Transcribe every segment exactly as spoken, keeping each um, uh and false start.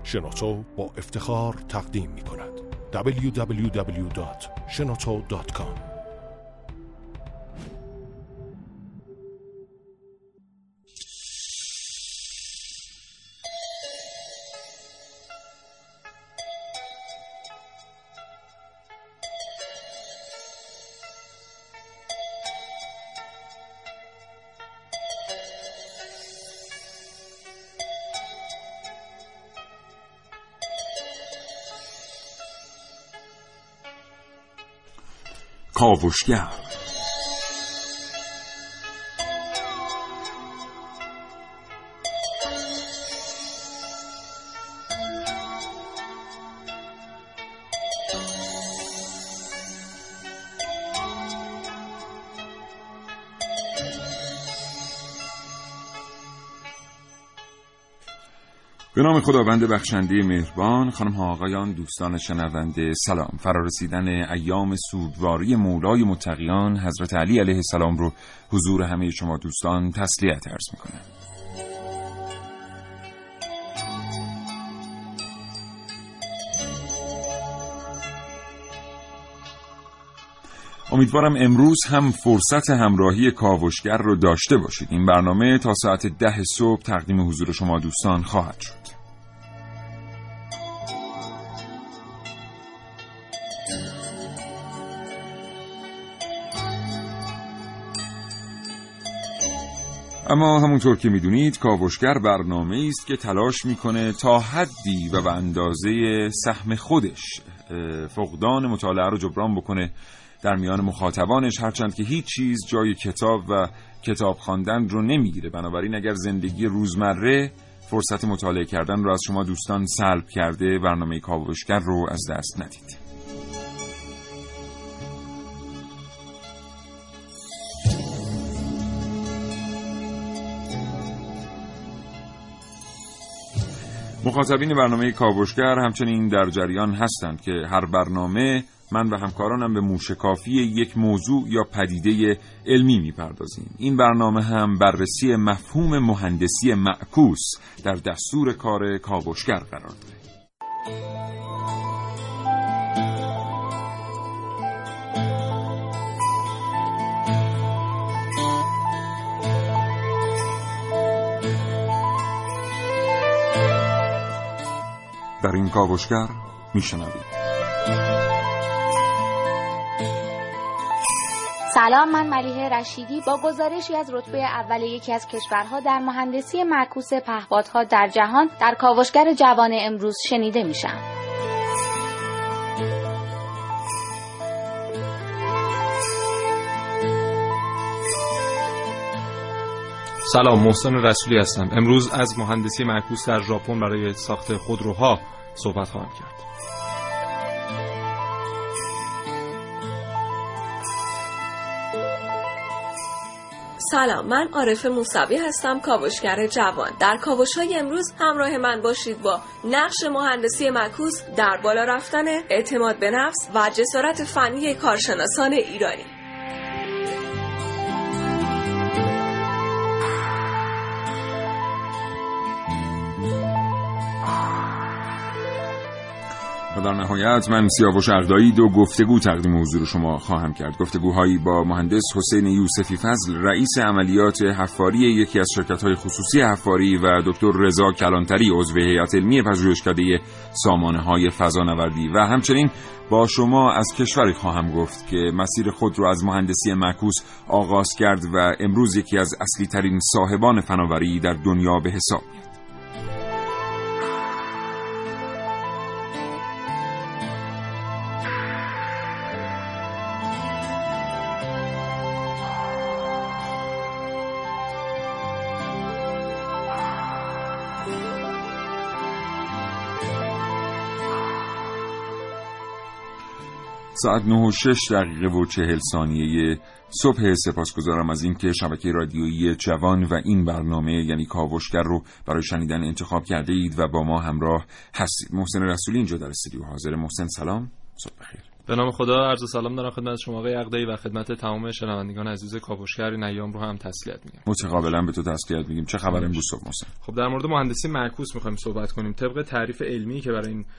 شنوتو با افتخار تقدیم می کند دبلیو دبلیو دبلیو دات شنوتو دات کام. کاوشگر. به نام خداوند بخشنده مهربان. خانم ها آقایان، دوستان شنونده، سلام. فرارسیدن ایام سوگواری مولای متقیان حضرت علی علیه السلام رو حضور همه شما دوستان تسلیت عرض میکنم. امیدوارم امروز هم فرصت همراهی کاوشگر رو داشته باشید. این برنامه تا ساعت ده صبح تقدیم حضور شما دوستان خواهد شد. اما همونطور که میدونید کاوشگر برنامه است که تلاش میکنه تا حدی و به اندازه سهم خودش فقدان مطالعه رو جبران بکنه در میان مخاطبانش، هرچند که هیچ چیز جای کتاب و کتاب خواندن رو نمیگیره. بنابراین اگر زندگی روزمره فرصت مطالعه کردن رو از شما دوستان سلب کرده، برنامه کاوشگر رو از دست ندید. مخاطبین برنامه کاوشگر همچنین در جریان هستند که هر برنامه من و همکارانم به موشکافی یک موضوع یا پدیده علمی میپردازیم. این برنامه هم بررسی مفهوم مهندسی معکوس در دستور کار کاوشگر قرار داره. در این کاوشگر میشنوید. سلام، من ملیحه رشیدی با گزارشی از رتبه اول یکی از کشورها در مهندسی معکوس پهپادها در جهان در کاوشگر جوان امروز شنیده میشم. سلام، محسن رسولی هستم. امروز از مهندسی معکوس در ژاپن برای ساخت خودروها صحبت خواهم کرد. سلام، من عارف موسوی هستم، کاوشگر جوان. در کاوش‌های امروز همراه من باشید با نقش مهندسی معکوس در بالا رفتن اعتماد به نفس و جسارت فنی کارشناسان ایرانی. و در نهایت من سیاوش اغدایی دو گفتگو تقدیم حضور شما خواهم کرد. گفتگوهایی با مهندس حسین یوسفی فضل، رئیس عملیات حفاری یکی از شرکت‌های خصوصی حفاری، و دکتر رضا کلانتری، عضو هیئت علمی پژوهشکده سامانه‌های فضانوردی، و همچنین با شما از کشوری خواهم گفت که مسیر خود را از مهندسی معکوس آغاز کرد و امروز یکی از اصلی ترین صاحبان فناوری در دنیا به حساب میاد. ساعت نه و شش دقیقه و چهل ثانیه صبح. سپاسگزارم از اینکه شبکه رادیویی جوان و این برنامه یعنی کاوشگر رو برای شنیدن انتخاب کرده اید و با ما همراه هستید. محسن رسولی اینجا در استودیو حاضر. محسن سلام، صبح بخیر. به نام خدا، عرض سلام دارم خدمت شما آقای عقدایی و خدمت تمام شنوندگان عزیز کاوشگر. این ایام رو هم تسلیت میگم. متقابلا به تو تسلیت میگیم. چه خبر امروز صبح محسن؟ خب در مورد مهندسی معکوس می‌خوایم صحبت کنیم. طبق تعریف علمی که برای این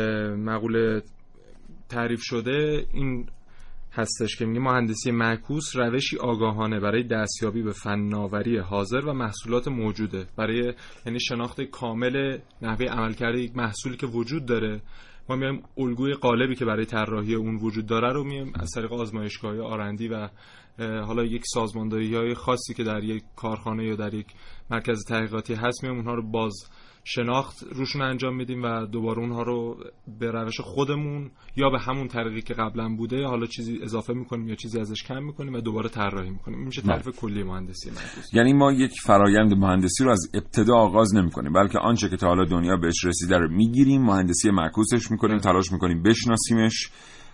مقوله تعریف شده این هستش که میگه مهندسی معکوس روشی آگاهانه برای دستیابی به فناوری حاضر و محصولات موجوده، برای یعنی شناخت کامل نحوه عملکرد یک محصولی که وجود داره. ما میایم الگوی قالبی که برای طراحی اون وجود داره رو میایم از طریق آزمایشگاه‌های آرندی و حالا یک سازماندهی‌های خاصی که در یک کارخانه یا در یک مرکز تحقیقاتی هست میایم اونها رو باز شناخت روشون انجام میدیم و دوباره اونها رو به روش خودمون یا به همون طریقی که قبلا بوده حالا چیزی اضافه میکنیم یا چیزی ازش کم میکنیم و دوباره طراحی میکنیم. این میشه تعریف کلی مهندسی معکوس. یعنی ما یک فرایند مهندسی رو از ابتدا آغاز نمیکنیم، بلکه آنچه که تا حالا دنیا بهش رسیده رو میگیریم، مهندسی معکوسش میکنیم، تلاش میکنیم بشناسیمش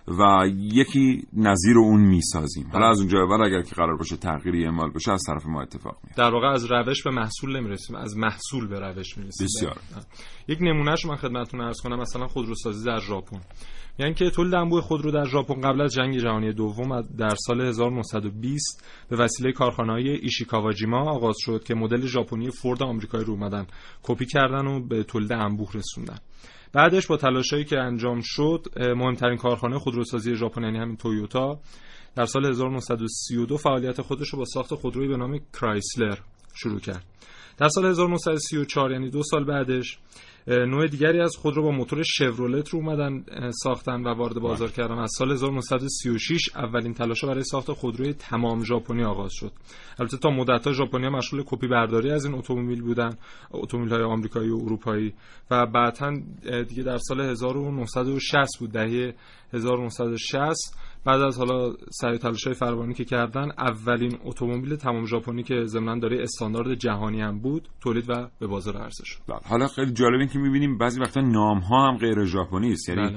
و یکی نظیر اون میسازیم. حالا از اونجا بعد اگر که قرار باشه تغییری اعمال بشه از طرف ما اتفاق میفته. در واقع از روش به محصول نمیرسیم، از محصول به روش میرسیم. بسیار. یک نمونهش من خدمتتون عرض کنم، مثلا خودروسازی در ژاپن. یعنی که تولید انبوه خودرو در ژاپن قبل از جنگ جهانی دوم در سال هزار و نهصد و بیست به وسیله کارخانه‌های ایشیکاواجیما آغاز شد که مدل ژاپنی فورد آمریکایی رو اومدن کپی کردن و به تولید انبوه رسوندن. بعدش با تلاشایی که انجام شد مهمترین کارخانه خودروسازی ژاپن یعنی همین تویوتا در سال هزار و نهصد و سی و دو فعالیت خودش رو با ساخت خودرویی به نام کرایسلر شروع کرد. در سال هزار و نهصد و سی و چهار یعنی دو سال بعدش نوع دیگری از خودرو با موتور شورولت رو اومدن ساختن و وارد بازار کردن. از سال هزار و نهصد و سی و شش اولین تلاش برای ساخت خودروی تمام ژاپنی آغاز شد. البته تا مدت‌ها ژاپنی‌ها مشغول کپی برداری از این اتومبیل بودن، اتومبیل‌های آمریکایی و اروپایی، و بعداً دیگه در سال هزار و نهصد و شصت بود، دهه هزار و نهصد و شصت، بعد از حالا سعی تلاش‌های فراوانی که کردن اولین اتومبیل تمام ژاپنی که ضمناً داره استاندارد جهانی هم بود تولید و به بازار عرضه شد. حالا خیلی جالبه که می‌بینیم بعضی وقتا نام‌ها هم غیر ژاپنی است، یعنی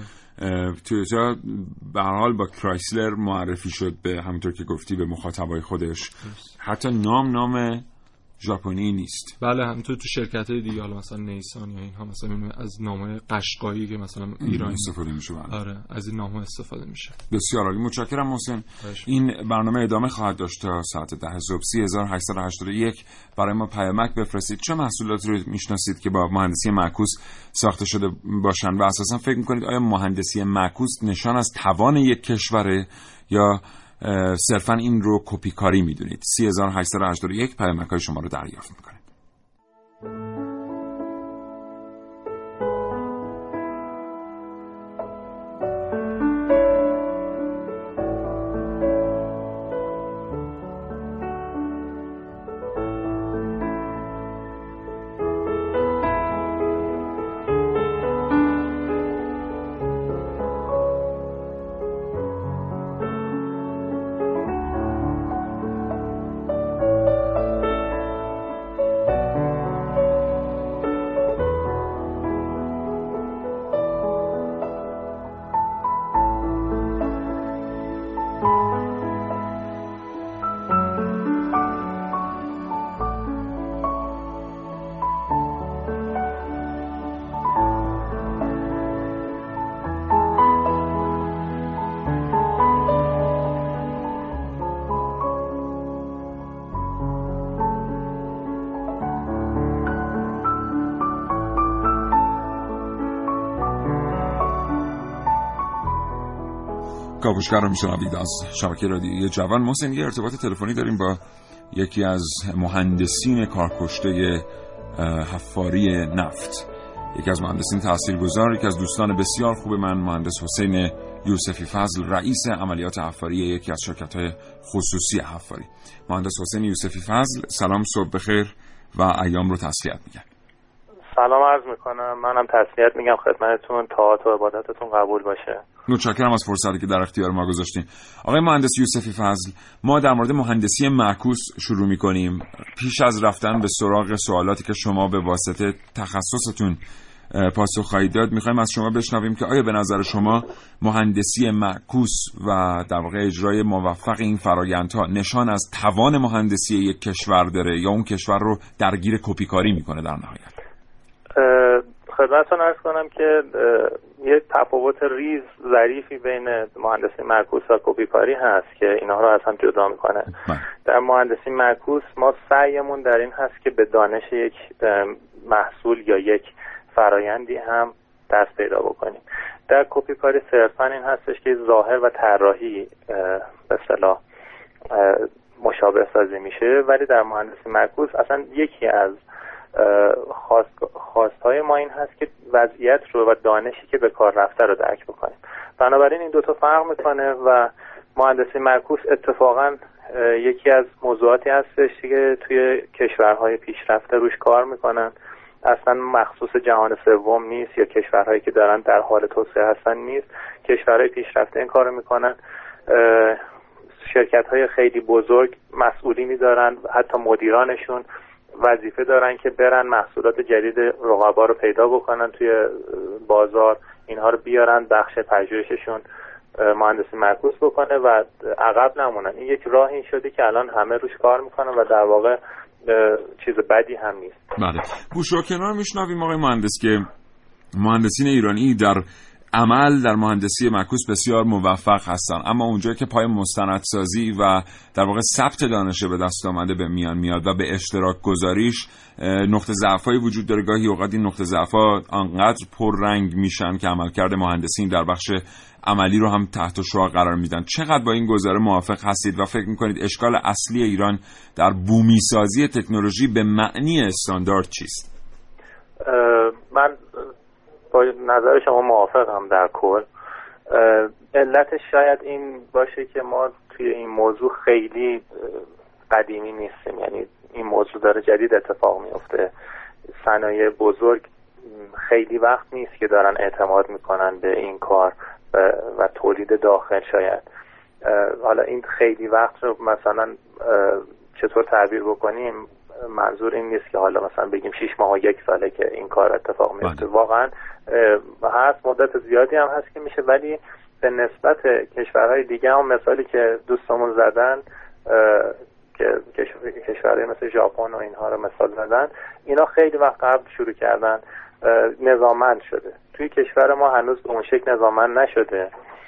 تویوتا به هر حال با کرایسلر معرفی شد به همونطور که گفتی به مخاطبای خودش، حتی نام نام ژاپنی نیست. بله همونطور تو شرکت‌های دیگه حالا مثلا نیسان یا اینها مثلا از نام‌های قشقایی که مثلا ایران استفاده میشه. بله. آره از این نام‌ها استفاده میشه. بسیار عالی، متشکرم محسن. این برنامه ادامه خواهد داشت تا ساعت ده صبح. سی هزار و هشتصد و هشتاد و یک برای ما پیامک بفرستید. چه محصولاتی رو میشناسید که با مهندسی معکوس ساخته شده باشن و اساسا فکر می‌کنید آیا مهندسی معکوس نشان از توان یک کشوره یا صرفاً این رو کپی کاری میدونید؟ سی هزار و هشتصد و هشتاد و یک پیامک‌های شما رو دریافت میکنه. کاوشگر رو میشنوید از شبکه رادیویی جوان. محسن یه ارتباط تلفنی داریم با یکی از مهندسین کارکشته حفاری نفت، یکی از مهندسین تاثیرگذار، یکی از دوستان بسیار خوب من، مهندس حسین یوسفی فضل، رئیس عملیات حفاری یکی از شرکت‌های خصوصی حفاری. مهندس حسین یوسفی فضل، سلام، صبح بخیر و ایام رو تسلیت میگم. سلام عرض میکنم، منم تسلیت میگم خدمتتون، طاعت و عبادتتون قبول باشه. متشکرم از فرصتی که در اختیار ما گذاشتین. آقای مهندس یوسفی فضل، ما در مورد مهندسی معکوس شروع میکنیم. پیش از رفتن به سراغ سوالاتی که شما به واسطه تخصصتون پاسخ خواهید داد، میخوایم از شما بشنویم که آیا به نظر شما مهندسی معکوس و در واقع اجرای موفق این فرآیندها نشان از توان مهندسی یک کشور داره یا اون کشور رو درگیر کپی کاری میکنه در نهایت؟ خدمتتون عرض کنم که یه تفاوت ریز ظریفی بین مهندسی معکوس و کپی کاری هست که اینها رو از هم جدا میکنه. در مهندسی معکوس ما سعیمون در این هست که به دانش یک محصول یا یک فرایندی هم دست پیدا بکنیم. در کپی کاری صرفا این هستش که ظاهر و طراحی به اصطلاح مشابه سازی میشه، ولی در مهندسی معکوس اصلا یکی از خواست خواستهای ما این هست که وضعیت رو و دانشی که به کار رفته رو درک بکنیم. بنابراین این دوتا فرق میکنه و مهندسی معکوس اتفاقا یکی از موضوعاتی هستش که توی کشورهای پیشرفته روش کار میکنن، اصلا مخصوص جهان سوم نیست یا کشورهایی که دارن در حال توسعه هستن نیست. کشورهای پیشرفته این کارو میکنن. شرکت‌های خیلی بزرگ مسئولی می‌دارن، حتی مدیرانشون وظیفه دارن که برن محصولات جدید رقبا رو پیدا بکنن توی بازار، اینها رو بیارن بخش پژوهششون مهندسی معکوس بکنه و عقب نمونن. این یک راهی شده که الان همه روش کار میکنن و در واقع چیز بدی هم نیست. بله. گوش و کنار میشنویم آقای مهندس که مهندسین ایرانی در عمل در مهندسی معکوس بسیار موفق هستن، اما اونجایی که پای مستندسازی و در واقع ثبت دانش به دست آمده به میان میاد و به اشتراک گذاریش نقطه ضعفایی وجود داره. گاهی اوقات این نقطه ضعف‌ها آنقدر پررنگ میشن که عملکرد مهندسین در بخش عملی رو هم تحت شعاع قرار میدن. چقدر با این گزاره موافق هستید و فکر میکنید اشکال اصلی ایران در بومی سازی تکنولوژی به معنی استاندارد چیست؟ من با نظر شما موافقم در کل. علتش شاید این باشه که ما توی این موضوع خیلی قدیمی نیستیم، یعنی این موضوع داره جدید اتفاق میفته. صنایع بزرگ خیلی وقت نیست که دارن اعتماد میکنن به این کار و تولید داخل. شاید حالا این خیلی وقت رو مثلا چطور تعبیر بکنیم، منظور این نیست که حالا مثلا بگیم شش ماه و یک ساله که این کار اتفاق میفته. واقعا هست مدت زیادی هم هست که میشه، ولی به نسبت کشورهای دیگه هم مثالی که دوستمون زدن که کشورهای مثل ژاپن و اینها رو مثال زدن، اینا خیلی وقت قبل شروع کردن، نظاممند شده. توی کشور ما هنوز به اون شکل نظاممند نشده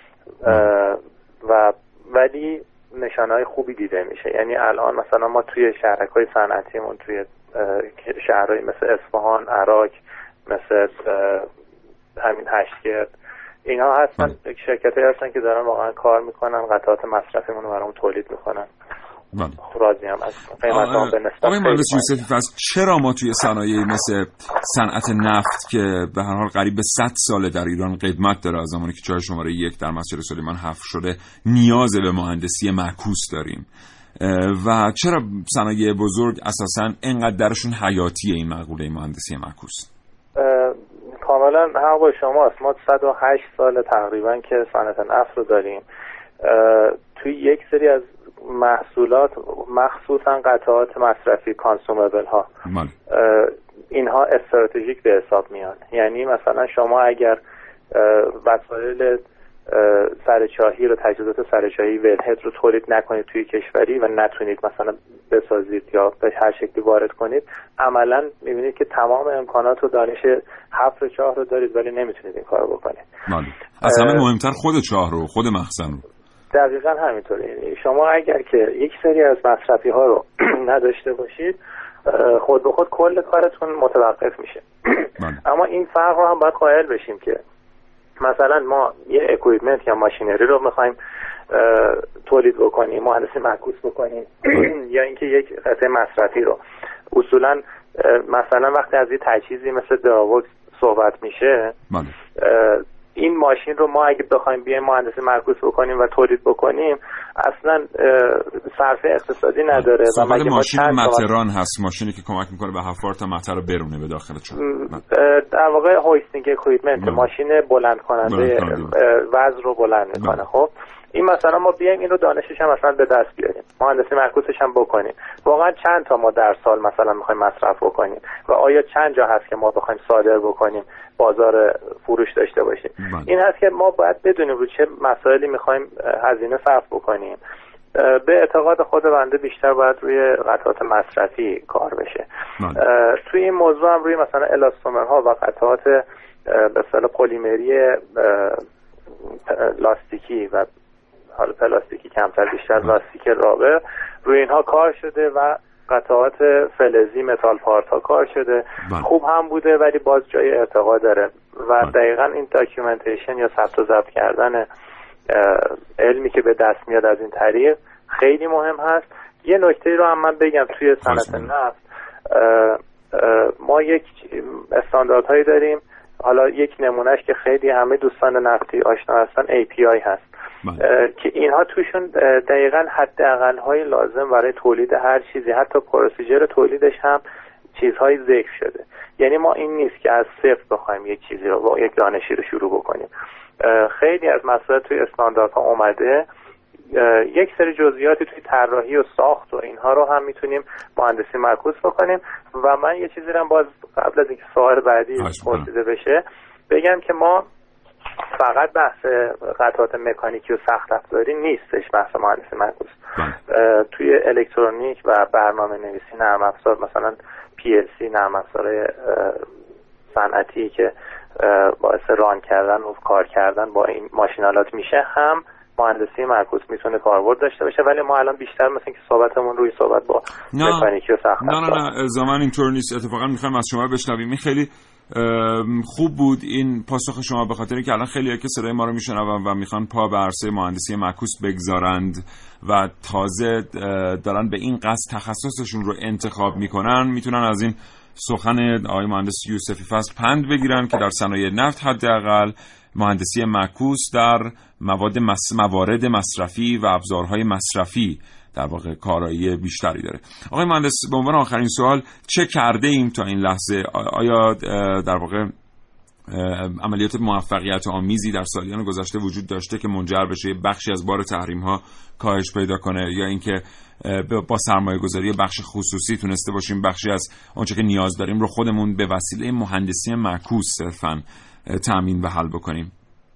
و ولی نشانه‌های خوبی دیده میشه. یعنی الان مثلا ما توی شهرک‌های صنعتیمون توی شهرهای مثل اصفهان، عراق، مثل همین هشتگرد، اینا هستن شرکت‌هایی هستن که دارن واقعا کار میکنن، قطعات مصرفیمون رو برامون تولید میکنن. راضی هم از قیمت‌ها به نسبت. آقای مهندس یوسفی فضل، چرا ما توی صنایعی مثل صنعت نفت که به هر حال قریب به صد ساله در ایران قدمت داره، از زمانی که چاه شماره یک در مسجد سلیمان حفر شده، نیاز به مهندسی معکوس داریم و چرا صنایع بزرگ اساساً اینقدر درشون حیاتیه این مقوله مهندسی معکوس؟ کاملا حق با شماست. ما صد و هشت سال تقریبا که صنعت نفت رو داریم. توی یک سری از محصولات مخصوصا قطعات مصرفی کانسومبل ها من. اینها استراتژیک به حساب میان. یعنی مثلا شما اگر وسایل سرچاهی رو تجهیزات سرچاهی ولهد رو تولید نکنید توی کشوری و نتونید مثلا بسازید یا به هر شکلی وارد کنید، عملا میبینید که تمام امکانات و دانش حفر چاه رو دارید ولی نمیتونید این کارو بکنید. من. از همه مهمتر خود چاه رو، خود مخزن رو. دقیقاً همینطوره. شما اگر که یک سری از مصرفی ها رو نداشته باشید، خود به خود کل کارتون متوقف میشه. اما این فرق رو هم باید قائل بشیم که مثلا ما یه اکویپمنت یا ماشینری رو میخوایم تولید بکنیم، مهندسی معکوس بکنیم یا اینکه یک قطعه مصرفی رو، اصولا مثلا وقتی از یه تجهیزی مثل دراولز صحبت میشه، این ماشین رو ما اگه بخوایم بیایم مهندسی معکوس بکنیم و تولید بکنیم اصلا صرفه اقتصادی نداره. صحبت ماشین متران هست، ماشینی که کمک میکنه به حفار تا متر رو برونه به داخل چاه. در واقع هویستینگ اکویپمنت، ماشین بلند کننده وزن رو بلند میکنه. خب این مثلا ما بیایم این رو دانشش هم مثلا به دست بیاریم، مهندسی معکوسش هم بکنیم، واقعا چند تا ما در سال مثلا میخوایم مصرف بکنیم و آیا چند جا هست که ما بخوایم صادر بکنیم، بازار فروش داشته باشیم. این هست که ما باید بدونیم رو چه مسائلی میخوایم هزینه صرف بکنیم. به اعتقاد خود بنده بیشتر باید روی قطعات مصرفی کار بشه. توی این موضوع هم روی مثلا الاستومرها و قطعات به اصطلاح پلیمری لاستیکی و حالا پلاستیکی کمتر بیشتر لاستیک رابر، روی اینها کار شده و قطعات فلزی متال پارت ها کار شده. بله. خوب هم بوده ولی باز جای ارتقا داره و بله. دقیقاً این داکیومنتیشن یا ثبت و ضبط کردن علمی که به دست میاد از این طریق خیلی مهم هست. یه نکته رو هم من بگم توی صنعت نفت ما یک استانداردهایی داریم، حالا یک نمونهش که خیلی همه دوستان نفتی آشنا هستن ای پی آی هست که اینها توشون دقیقاً حداقل‌های لازم برای تولید هر چیزی، حتی پروسیجر تولیدش هم چیزهای ذکر شده. یعنی ما این نیست که از صفر بخوایم یک چیزی رو با یک دانشی رو شروع بکنیم. خیلی از مسائل توی استانداردها اومده، یک سری جزئیاتی توی طراحی و ساخت و اینها رو هم میتونیم مهندسی معکوس بکنیم. و من یه چیزی رو باز قبل از اینکه سوال بعدی پرسیده بشه بگم که ما فقط بحث قطعات مکانیکی و سخت افزاری نیستش بحث مهندسی معکوس. توی الکترونیک و برنامه نویسی نرم افزار، مثلا پی ال سی نرم افزار صنعتی که باعث ران کردن و کار کردن با این ماشینالات میشه، هم مهندسی معکوس میتونه کاربرد داشته باشه. ولی ما الان بیشتر مثلا که صحبتمون روی صحبت با مکانیکی و سخت افزار. نه نه نه زمان اینطور نیست. اتفاقا میخوایم از شما بشنویم. این خیلی خوب بود این پاسخ شما، به خاطر که الان خیلی‌ها که صدای ما رو میشنون و میخوان پا به عرصه مهندسی معکوس بگذارند و تازه دارن به این قصد تخصصشون رو انتخاب میکنن، میتونن از این سخن آقای مهندس یوسفی فضل پند بگیرن که در صنایع نفت حداقل مهندسی معکوس در مواد مس... موارد مصرفی و ابزارهای مصرفی در واقع کارایی بیشتری داره. آقای مهندس، به عنوان آخرین سوال، چه کرده ایم تا این لحظه؟ آیا در واقع عملیات موفقیت آمیزی در سالیان گذشته وجود داشته که منجر بشه بخشی از بار تحریم ها کاهش پیدا کنه، یا اینکه با سرمایه گذاری بخش خصوصی تونسته باشیم بخشی از آنچه که نیاز داریم رو خودمون به وسیله مهندسی معکوس صرفاً تامین و حل بکنیم؟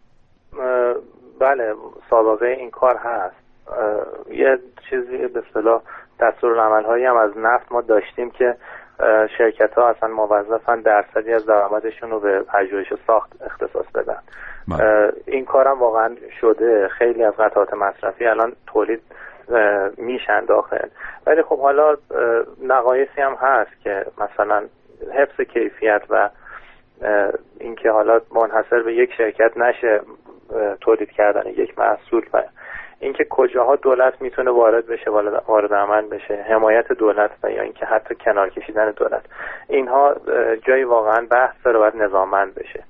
بله، سابقه این کار هست. یه چیزی به اصطلاح دستورالعمل‌هایی هم از نفت ما داشتیم که شرکت ها اصلا موظفن درصدی از درآمدشون رو به پژوهش و ساخت اختصاص بدن. این کارم واقعا شده. خیلی از قطعات مصرفی الان تولید میشن داخل، ولی خب حالا نقایصی هم هست که مثلا حفظ کیفیت و اینکه حالا منحصر به یک شرکت نشه تولید کردن یک محصول و اینکه کجاها دولت میتونه وارد بشه، وارد عمل بشه، حمایت دولت و یا اینکه حتی کنار کشیدن دولت، اینها جایی واقعا بحث داره، باید نظاممند بشه.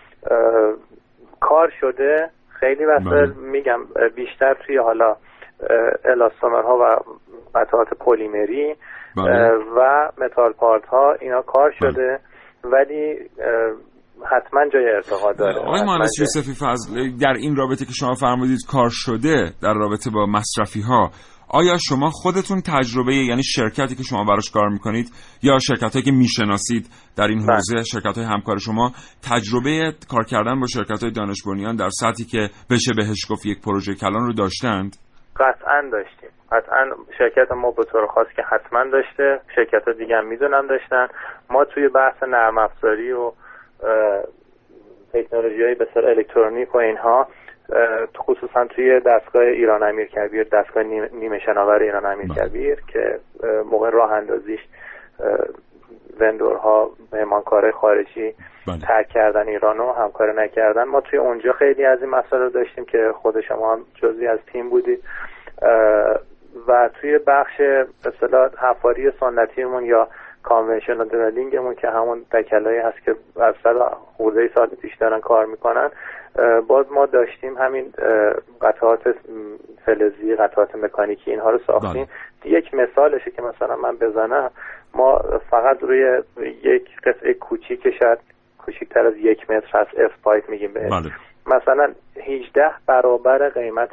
کار شده خیلی واسه میگم بیشتر توی حالا الاستومرها و قطعات پلیمری و متال پارت ها اینا کار شده، ولی حتما جای ارتقا داره. آقای مهندس یوسفی فضل، در این رابطه که شما فرمودید کار شده در رابطه با مصرفی ها، آیا شما خودتون تجربه، یعنی شرکتی که شما براش کار میکنید یا شرکتایی که میشناسید در این حوزه، شرکت‌های همکار شما، تجربه کار کردن با شرکت‌های دانش بنیان در سطحی که بشه بهش گفت یک پروژه کلان رو داشتند؟ قطعاً داشتیم. قطعاً شرکت ما به طور خاص که حتما داشته، شرکت‌ها دیگه هم میدونم داشتن. ما توی بحث نرم افزاری و تکنولوژی‌های به اصطلاح الکترونیک و اینها، خصوصا توی دستگاه ایران امیرکبیر، دستگاه نیمه شناور ایران امیرکبیر که موقع راه اندازیش وندورها، مهمانکارای خارجی ترک کردن ایرانو همکاری نکردن، ما توی اونجا خیلی از این مسائل داشتیم که خود شما هم جزئی از تیم بودید. و توی بخش به اصطلاح حفاری سنتیمون یا کانونشنال درلینگمون که همون تکلایی هست که از صد خورده سال پیش دارن کار میکنن، باز ما داشتیم همین قطعات فلزی، قطعات مکانیکی، اینها رو ساختیم. یک مثالشه که مثلا من بزنم، ما فقط روی یک قطعه کوچیک، شاید کوچیکتر از یک متر از اف پایپ میگیم به مثلا هجده برابر قیمت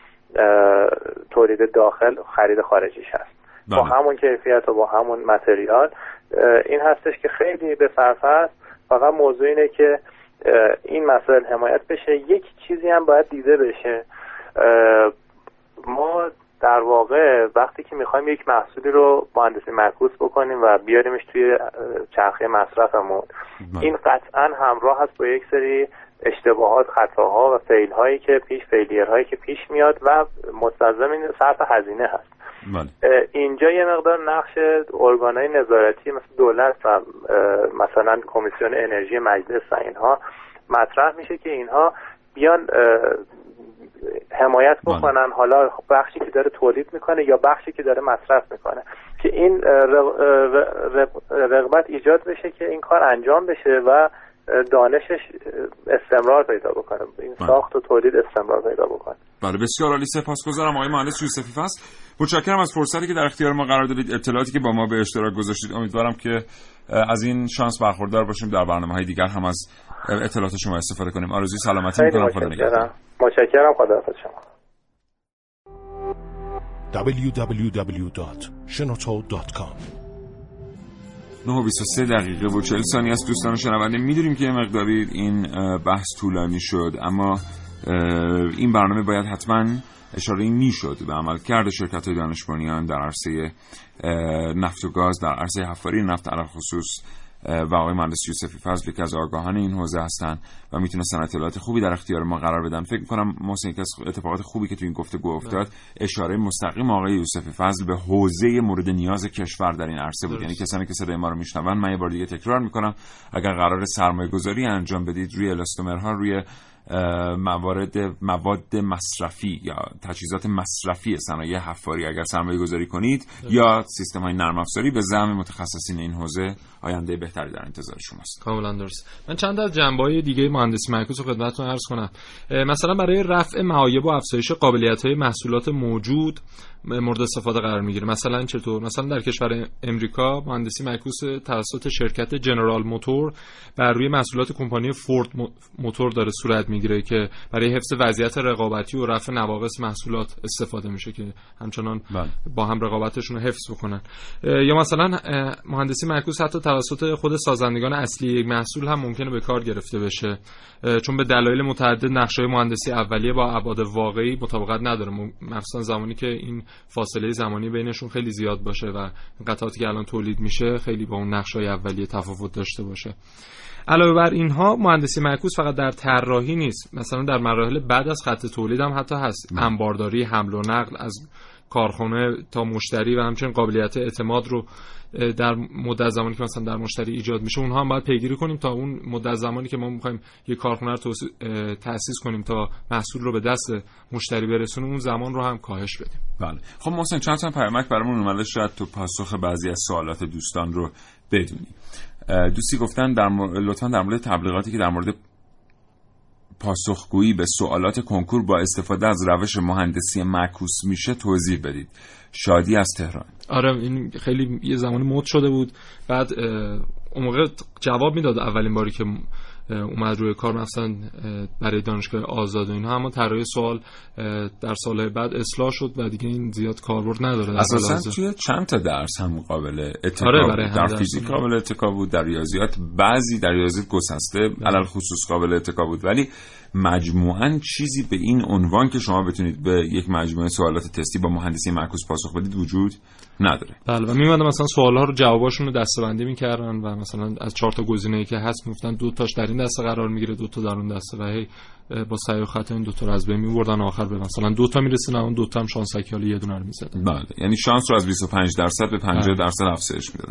تولید داخل خرید خارجیش هست. با همون کیفیت و با همون متریال. این هستش که خیلی به صرفه است. فقط موضوع اینه که این مسائل حمایت بشه. یک چیزی هم باید دیده بشه، ما در واقع وقتی که میخوایم یک محصولی رو مهندسی معکوس بکنیم و بیاریمش توی چرخه مصرفمون، این قطعا همراه هست با یک سری اشتباهات، خطاها و فیل هایی که پیش فیلیر هایی که پیش میاد و مستلزم این صرف هزینه هست. بله. اینجا یه مقدار نقش ارگانهای نظارتی مثل دولت و مثلا کمیسیون انرژی مجلس و اینها مطرح میشه که اینها بیان حمایت بکنن، حالا بخشی که داره تولید میکنه یا بخشی که داره مصرف میکنه، که این رغبت ایجاد بشه که این کار انجام بشه و دانشش استمرار پیدا بکنه، این ساخت و تولید استمرار پیدا بکنه. بله بسیار عالی، سپاسگزارم آقای مهندس یوسفی فضل. متشکرم از فرصتی که در اختیار ما قرار دادید، اطلاعاتی که با ما به اشتراک گذاشتید. امیدوارم که از این شانس برخوردار باشیم در برنامه‌های دیگر هم از اطلاعات شما استفاده کنیم. آرزوی سلامتی می‌کنم. خدا نگهدار. متشکرم. خداحافظ شما. دبلیو دبلیو دبلیو دات شنوتو دات کام نه و بیست و سه دقیقه و چهل ثانیه است. دوستان شنونده، می‌دونیم که یه مقداری این بحث طولانی شد، اما این برنامه باید حتما اشاره میشد به عملکرد شرکت‌های دانش بنیان در عرصه نفت و گاز، در عرصه حفاری نفت علل خصوص، و آقای مهندس یوسفی فضل که از آگاهان این حوزه هستن و میتونستن اطلاعات خوبی در اختیار ما قرار بدن. فکر می‌کنم محسن که از اتفاقات خوبی که تو این گفتگو افتاد اشاره مستقیم آقای یوسفی فضل به حوزه مورد نیاز کشور در این عرصه بود. یعنی کسانی که صدای ما رو میشنون، من یه بار دیگه تکرار میکنم، اگر قرار سرمایه‌گذاری انجام بدید روی الاستومرها، روی موارد مواد مصرفی یا تجهیزات مصرفی صنایع حفاری اگر سرمایه گذاری کنید ده. یا سیستم های نرم افزاری، به زعم متخصصین این حوزه آینده بهتری در انتظار شماست. کاملا درست. من چند از جنبه‌های دیگه مهندسی معکوس رو خدمتتون عرض کنم. مثلا برای رفع معایب و افزایش قابلیت‌های محصولات موجود مورد استفاده قرار میگیره. مثلا چطور؟ مثلا در کشور امریکا مهندسی معکوس توسط شرکت جنرال موتور بر روی محصولات کمپانی فورد موتور داره صورت میگیره که برای حفظ وضعیت رقابتی و رفع نواقص محصولات استفاده میشه که همچنان بله. با هم رقابتشون رو حفظ بکنن. یا مثلا مهندسی معکوس حتی توسط خود سازندگان اصلی یک محصول هم ممکنه به کار گرفته بشه، چون به دلایل متعدد نقشه‌های مهندسی اولیه با ابعاد واقعی مطابقت نداره، مخصوصا زمانی که این فاصله زمانی بینشون خیلی زیاد باشه و قطعاتی که الان تولید میشه خیلی با اون نقشه‌های اولیه تفاوت داشته باشه. علاوه بر اینها مهندسی معکوس فقط در طراحی نیست، مثلا در مراحل بعد از خط تولید هم حتی هست، انبارداری، حمل و نقل از کارخانه تا مشتری و همچنین قابلیت اعتماد رو در مدت زمانی که مثلا در مشتری ایجاد میشه اونها هم باید پیگیری کنیم تا اون مدت زمانی که ما می‌خوایم یه کارخونه رو تأسیس کنیم تا محصول رو به دست مشتری برسونیم اون زمان رو هم کاهش بدیم. بله. خب محسن چند تا پیامک برامون اومده، شاید تو پاسخ بعضی از سوالات دوستان رو بدونی. دوستی گفتن در مورد لطفاً در مورد تبلیغاتی که در مورد پاسخگویی به سوالات کنکور با استفاده از روش مهندسی معکوس میشه توضیح بدید. شادی از تهران. آره این خیلی یه زمانی مد شده بود، بعد اون موقع جواب میداد اولین باری که اومد روی کار مثلا برای دانشگاه آزاد و اینها، اما طراحی سوال در سالهای بعد اصلاح شد و دیگه این زیاد کاربرد نداره. اساسا توی چند تا درس هم قابل اتکا آره بود. در فیزیک قابل اتکا بود، در ریاضیات بعضی در ریاضیات گسسته علل خصوص قابل اتکا بود، ولی مجموعاً چیزی به این عنوان که شما بتونید به یک مجموعه سوالات تستی با مهندسی معکوس پاسخ بدید وجود نداره. بله و میومدن مثلا سوال‌ها رو جواباشون رو دسته‌بندی می‌کردن و مثلا از چهار تا گزینه‌ای که هست میگفتن دو تاش در این دسته قرار میگیره، دو تا در اون دسته و هی با سعی و خطا این دو تا رو از بین می‌بردن، آخر به مثلا دو تا میرسیدن، اون دو تا هم شانسکی حالا یه دونه رو می‌زدن. بله یعنی شانس رو از بیست و پنج درصد به پنجاه درصد افزایش می‌دادن.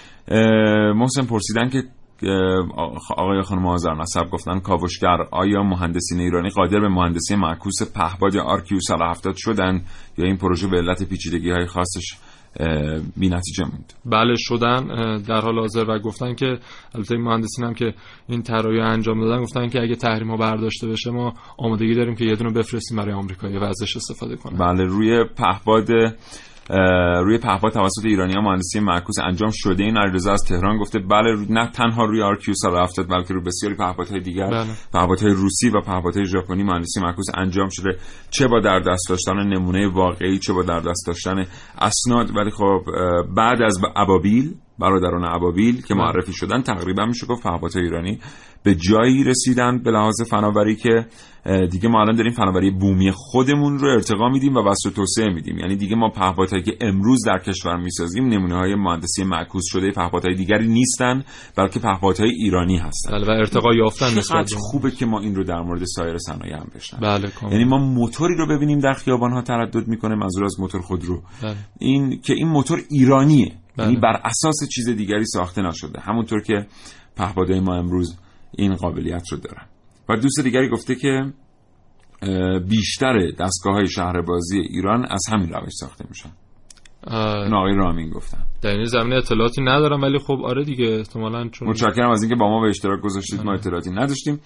محسن پرسیدن که آقای خانم آذر نسب گفتن کاوشگر آیا مهندسین ایرانی قادر به مهندسی معکوس پهپاد آر کیو صد و هفتاد شدن یا این پروژه به علت پیچیدگی‌های خاصش بی نتیجه موند؟ بله شدن در حال حاضر و گفتن که البته این مهندسین هم که این طراحی انجام دادن گفتن که اگه تحریم ها برداشته بشه ما آمادگی داریم که یه دونه بفرستیم برای آمریکا یه ازش استفاده کنه. بله روی پهپاد روی پهپاد توسط ایرانی‌ها مهندسی معکوس انجام شده. این علیرضا از تهران گفته بله نه تنها روی آر کیو صد و هفتاد بلکه روی بسیاری پهپادهای دیگر بله. پهپادهای روسی و پهپادهای ژاپنی مهندسی معکوس انجام شده، چه با در دست داشتن نمونه واقعی چه با در دست داشتن اسناد. ولی خب بعد از ابابیل برادران ابابیل که معرفی شدن، تقریبا میشه گفت پهپادهای ایرانی به جایی رسیدن به لحاظ فناوری که دیگه ما الان داریم فناوری بومی خودمون رو ارتقا میدیم و بسط و توسعه میدیم. یعنی دیگه ما پهپادهایی که امروز در کشور میسازیم نمونه‌های مهندسی معکوس شده پهپادهای دیگری نیستن، بلکه پهپادهای ایرانی هستن و ارتقا یافتن. چقدر خوبه که ما این رو در مورد سایر صنایع هم بشنویم. بله، یعنی ما موتوری رو ببینیم در خیابان‌ها تردد میکنه، منظور از موتور خودرو، بله. این که این موتور ایرانیه، بله. یعنی بر اساس چیز دیگری ساخته نشده، همونطور که پهپادهای ما امروز این قابلیت رو دارن. و دوست دیگری گفته که بیشتر دستگاه‌های شهربازی ایران از همین روش ساخته میشن. این آقای رامین گفتن. در این زمینه اطلاعاتی ندارم، ولی خب آره دیگه احتمالاً چون متشکرم از اینکه با ما به اشتراک گذاشتید. ما اطلاعاتی نداشتیم.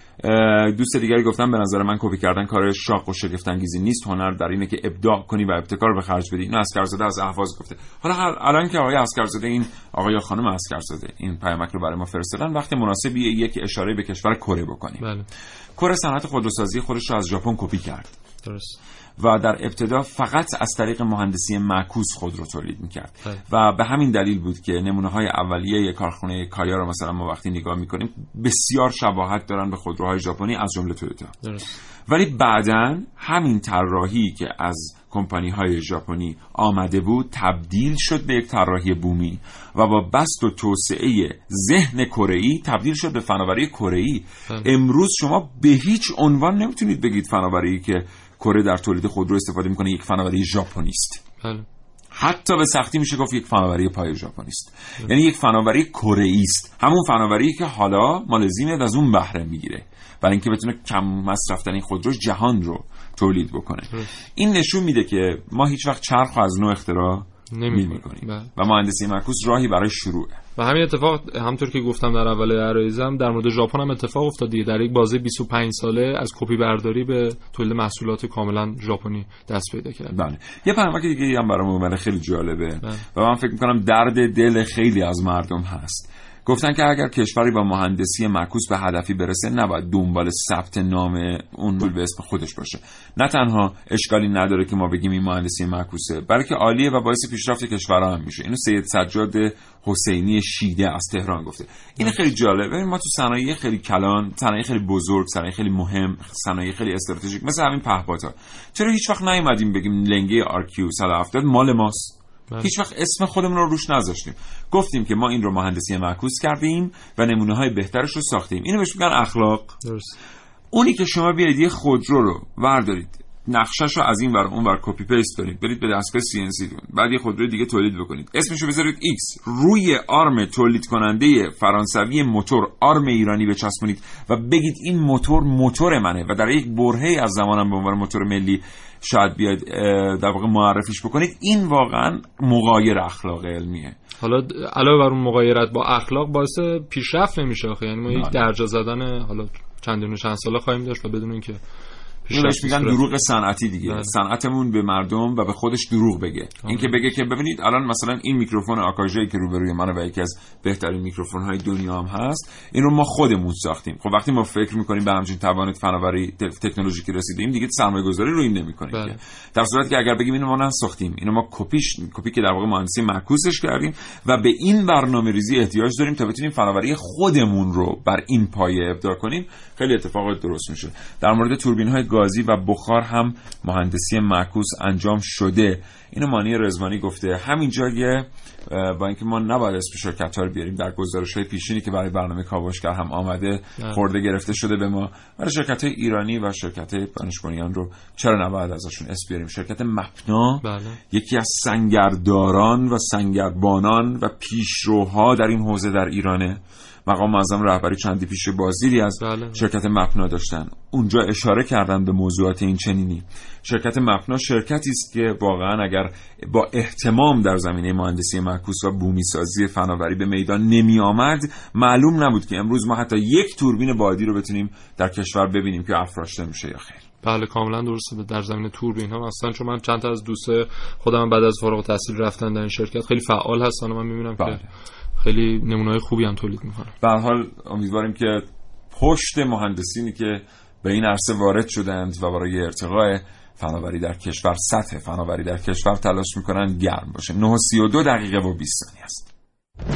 دوست دیگری گفتن به نظر من کپی کردن کار شاق و شگفت انگیزی نیست، هنر در اینه که ابداع کنی و ابتکار به خرج بدی. اینو اسکرزاده از اهواز گفته. حالا الان که آقای اسکرزاده این آقای یا خانم اسکرزاده این پیامک رو برای ما فرستادن، وقت مناسبیه یک اشاره به کشور کره بکنیم. بله. کره صنعت خودروسازی خودش رو از ژاپن کپی کرد. درست. و در ابتدا فقط از طریق مهندسی معکوس خودرو تولید میکرد و به همین دلیل بود که نمونه‌های اولیه کارخانه کایا رو مثلا ما وقتی نگاه میکنیم بسیار شباهت دارن به خودروهای ژاپنی از جمله تویوتا. ولی بعداً همین طراحی که از کمپانی‌های ژاپنی آمده بود تبدیل شد به یک طراحی بومی و با بسط و توسعه ذهن کره‌ای تبدیل شد به فناوری کره‌ای. امروز شما به هیچ عنوان نمیتونید بگید فناوری که کره در تولید خودرو استفاده میکنه یک فناوری ژاپنی است. بله. حتی به سختی میشه گفت یک فناوری پای ژاپنی است. یعنی یک فناوری کره‌ای است، همون فناوری که حالا مالزی میاد از اون بهره میگیره برای اینکه بتونه کم مصرف ترین خودرو جهان رو تولید بکنه. بله. این نشون میده که ما هیچ وقت چرخ از نو اختراع نمی‌کنیم بله. و مهندسی معکوس راهی برای شروعه. و همین اتفاق همونطور که گفتم در اول عرایزم در مورد ژاپن هم اتفاق افتاد دیگه. در یک بازه بیست و پنج ساله از کپی برداری به تولید محصولات کاملا ژاپنی دست پیدا کرد. بله. یه پیامک دیگه هم برام اومده خیلی جالبه بله. و من فکر می‌کنم درد دل خیلی از مردم هست. گفتن که اگر کشوری با مهندسی معکوس به هدفی برسه نباید دنبال ثبت نام اون به اسم خودش باشه. نه تنها اشکالی نداره که ما بگیم این مهندسی معکوسه، بلکه عالیه و باعث پیشرفت کشورها هم میشه. اینو سید سجاد حسینی شیده از تهران گفته. این خیلی جالبه. ما تو صنایع خیلی کلان، صنایع خیلی بزرگ، صنایع خیلی مهم، صنایع خیلی استراتژیک مثل همین پهپادها چرا هیچ وقت نیومدیم بگیم لنگه آر کیو صد و هفتاد مال ماست؟ بله. هیچ وقت اسم خودمون رو روش نذاشتیم. گفتیم که ما این رو مهندسی معکوس کردیم و نمونه‌های بهترش رو ساختیم. اینو بهش میگن اخلاق. درست. اونی که شما بیاید یه خودرو رو وردارید، نقشه‌ش رو از این ور اون ور کپی پیست کنید، برید به دستگاه سی ان سی دون، بعد یه خودروی دیگه تولید بکنید، اسمش رو بذارید ایکس، روی آرم تولید کننده فرانسوی موتور آرم ایرانی بچسبونید و بگید این موتور موتور منه و در یک برهه‌ای از زمانم به عنوان موتور ملی شاید بیاید در واقع معرفیش بکنید. این واقعا مغایر اخلاق علمیه. حالا علاوه بر اون مغایرت با اخلاق باعث پیشرفت نمیشه آخه. یعنی ما یک درجا زدن حالا چندین و چند ساله خواهیم داشت و بدون اینکه بهش میگن دروغ صنعتی دیگه. ده. صنعتمون به مردم و به خودش دروغ بگه. اینکه بگه که ببینید الان مثلا این میکروفون آکاژی که روبروی منه و یکی از بهترین میکروفون‌های دنیا هم هست، این رو ما خودمون ساختیم. خب وقتی ما فکر می‌کنیم به همچین توان فناوری تکنولوژیکی رسیدیم دیگه سرمایه‌گذاری رو این نمی‌کنیم که. در صورتی که اگر بگیم اینو ما نساختیم، اینو ما کپیش کپی که در واقع مهندسی معکوسش کردیم و به این برنامه‌ریزی احتیاج داریم تا بتونیم فناوری خودمون رو بر این پایه ابداع کنیم، خیلی اتفاقات درست میشه. در مورد توربین‌های گازی و بخار هم مهندسی معکوس انجام شده. اینو مانی رضوانی گفته. همینجا یه با اینکه ما نباید اسم شرکت‌ها رو بیاریم، در گزارش‌های پیشینی که برای برنامه کاوشگر هم آمده خورده گرفته شده به ما، ولی شرکت‌های ایرانی و شرکت‌های دانش‌بنیان رو چرا نباید ازشون اسم بیاریم؟ شرکت مپنا بله. یکی از سنگرداران و سنگربانان و پیشروها در این حوزه در ایرانه. مقام معظم رهبری چندی پیش بازدیدی از بله. شرکت مپنا داشتن، اونجا اشاره کردن به موضوعات این چنینی. شرکت مپنا شرکتی است که واقعا اگر با اهتمام در زمینه مهندسی معکوس و بومی سازی فناوری به میدان نمی آمد، معلوم نبود که امروز ما حتی یک توربین بادی رو بتونیم در کشور ببینیم که افراشته میشه یا خیر. بله کاملا درسته. در زمینه توربین ها اصلا چون من چند تا از دوست خودم بعد از فارغ التحصیل رفتن در این شرکت خیلی فعال هستن و من میبینم بله. که خیلی نمونه‌های خوبی هم تولید میکنن. به هر حال امیدواریم که پشت مهندسینی که به این عرصه وارد شدند و برای ارتقاء فناوری در کشور، سطح فناوری در کشور تلاش میکنن گرم باشه. نه و سی و دو دقیقه و بیست ثانیه است.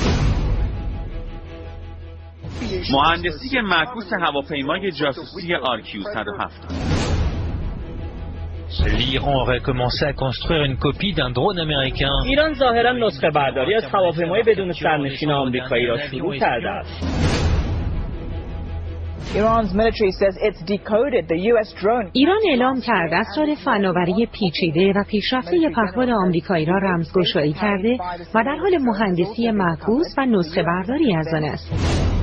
مهندسی معکوس هواپیمای جاسوسی آر کیو صد و هفتاد. L'Iran aurait commencé à construire une copie d'un drone américain. ایران ظاهرا نسخه برداری از هواپیمای بدون سرنشین آمریکایی را شروع کرده است. ایران اعلام کرده اسرار فناوری پیچیده و پیشرفته پهپاد آمریکایی را رمزگشایی کرده و در حال مهندسی معکوس و نسخه برداری از آن است.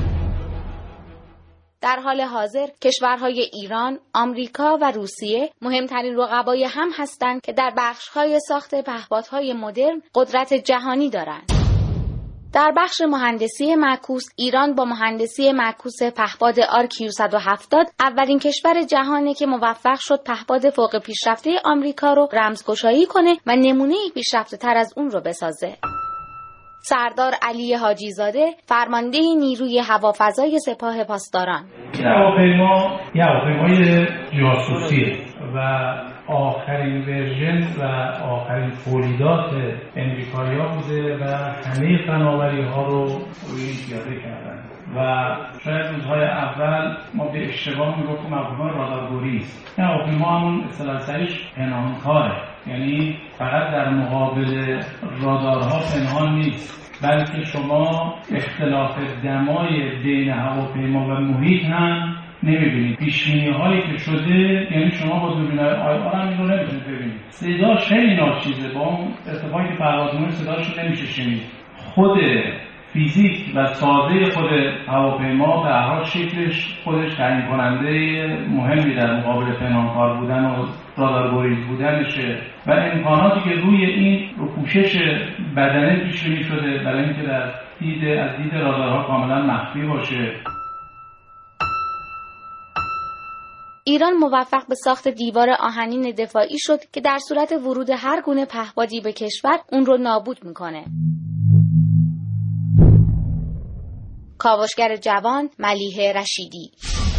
در حال حاضر کشورهای ایران، آمریکا و روسیه مهمترین رقبای هم هستند که در بخش‌های ساخت پهپادهای مدرن قدرت جهانی دارند. در بخش مهندسی معکوس، ایران با مهندسی معکوس پهپاد آر کیو صد و هفتاد اولین کشور جهانه که موفق شد پهپاد فوق پیشرفته آمریکا رو رمزگشایی کنه و نمونه پیشرفته تر از اون رو بسازه. سردار علی حاجی زاده، فرمانده نیروی هوافضای سپاه پاسداران: این هواپیما یه هواپیمای جاسوسیه و آخرین ورژن و آخرین تولیدات امریکایی‌ها بوده و همه فناوری‌ها رو روی این پیاده کردن و شاید روزهای اول ما به اشتباه میگفتیم هواپیما رادارگوری است. این هواپیما همون اصطلاح سریش پنهانکاره، یعنی فقط در مقابل رادارها پنهان نیست، بلکه شما اختلاف دمای بین هواپیما و محیط هم نمیبینید. پیشبینی هایی که شده، یعنی شما با دوربین آی آر هم این رو نمیتونید ببینید. صداش خیلی ناچیزه، با اون ارتفاعی که پرواز می‌کنه صداش رو نمیشه شنید. خود فیزیک و سازه خود هواپیما به هر حال شکلش خودش تعیین کننده مهمی در مقابل پنهانکار بودن و رادارگریز بودنشه و امکاناتی که روی این رو پوشش بدنه پیش بینی شده برای اینکه در دید از دید رادارها کاملا مخفی باشه. ایران موفق به ساخت دیوار آهنین دفاعی شد که در صورت ورود هر گونه پهپادی به کشور اون رو نابود میکنه. کاوشگر جوان ملیحه رشیدی.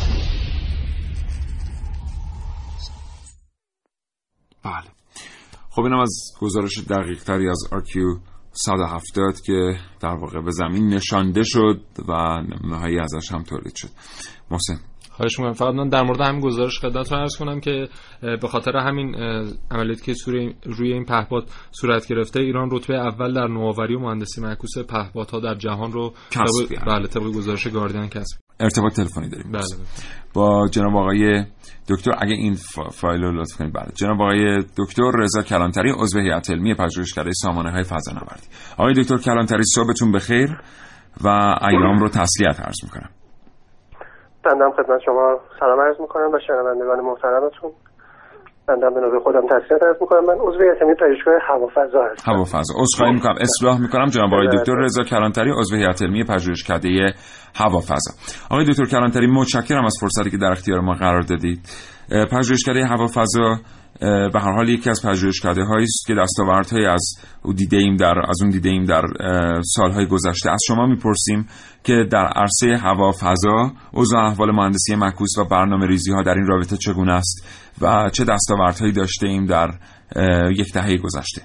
بله. خب اینم از گزارش دقیق تری از آر کیو صد و هفتاد که در واقع به زمین نشانده شد و نمونه‌هایی ازش هم تولید شد. محسن، خواهش می‌کنم. فقط من در مورد همین گزارش خدمتتون عرض کنم که به خاطر همین عملیاتی که روی این پهپاد صورت گرفته، ایران رتبه اول در نوآوری و مهندسی معکوس پهپادها در جهان رو کسب طبق بله طبق گزارش گاردین کسب. ارتباط تلفنی داریم. بله. با جناب آقای دکتر، اگه این فایل رو لطف کنید. بله. جناب آقای دکتر رضا کلانتری، عضو هیئت علمی پژوهشکده سامانه‌های فضانوردی. آقای دکتر کلانتری، صبحتون بخیر و ایام رو تسلیت عرض می‌کنم. بندم خدمت شما سلام عرض میکنم و شنوندگان محترمتون. بندم به نوبه خودم تسلیت عرض میکنم. من عضو هیئت علمی پژوهشگاه هوافضا هستم. هوافضا. عذرخواهی میکنم، اصلاح میکنم. جناب آقای دکتر رضا کلانتری، عضو هیئت علمی پژوهشکده هوافضا. آقای دکتر کلانتری، متشکرم از فرصتی که در اختیار ما قرار دادید. پژوهشکده هوافضا به هر حال یکی از پژوهشکده‌هایی است که دستاوردهایی از او دیده‌ایم در از اون دیده‌ایم در سالهای گذشته. از شما می‌پرسیم که در عرصه هوافضا اوضاع احوال مهندسی معکوس و برنامه‌ریزی‌ها در این رابطه چگونه است و چه دستاوردهایی داشته‌ایم در یک دهه گذشته؟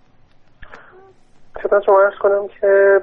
خدمت شما عرض کنم که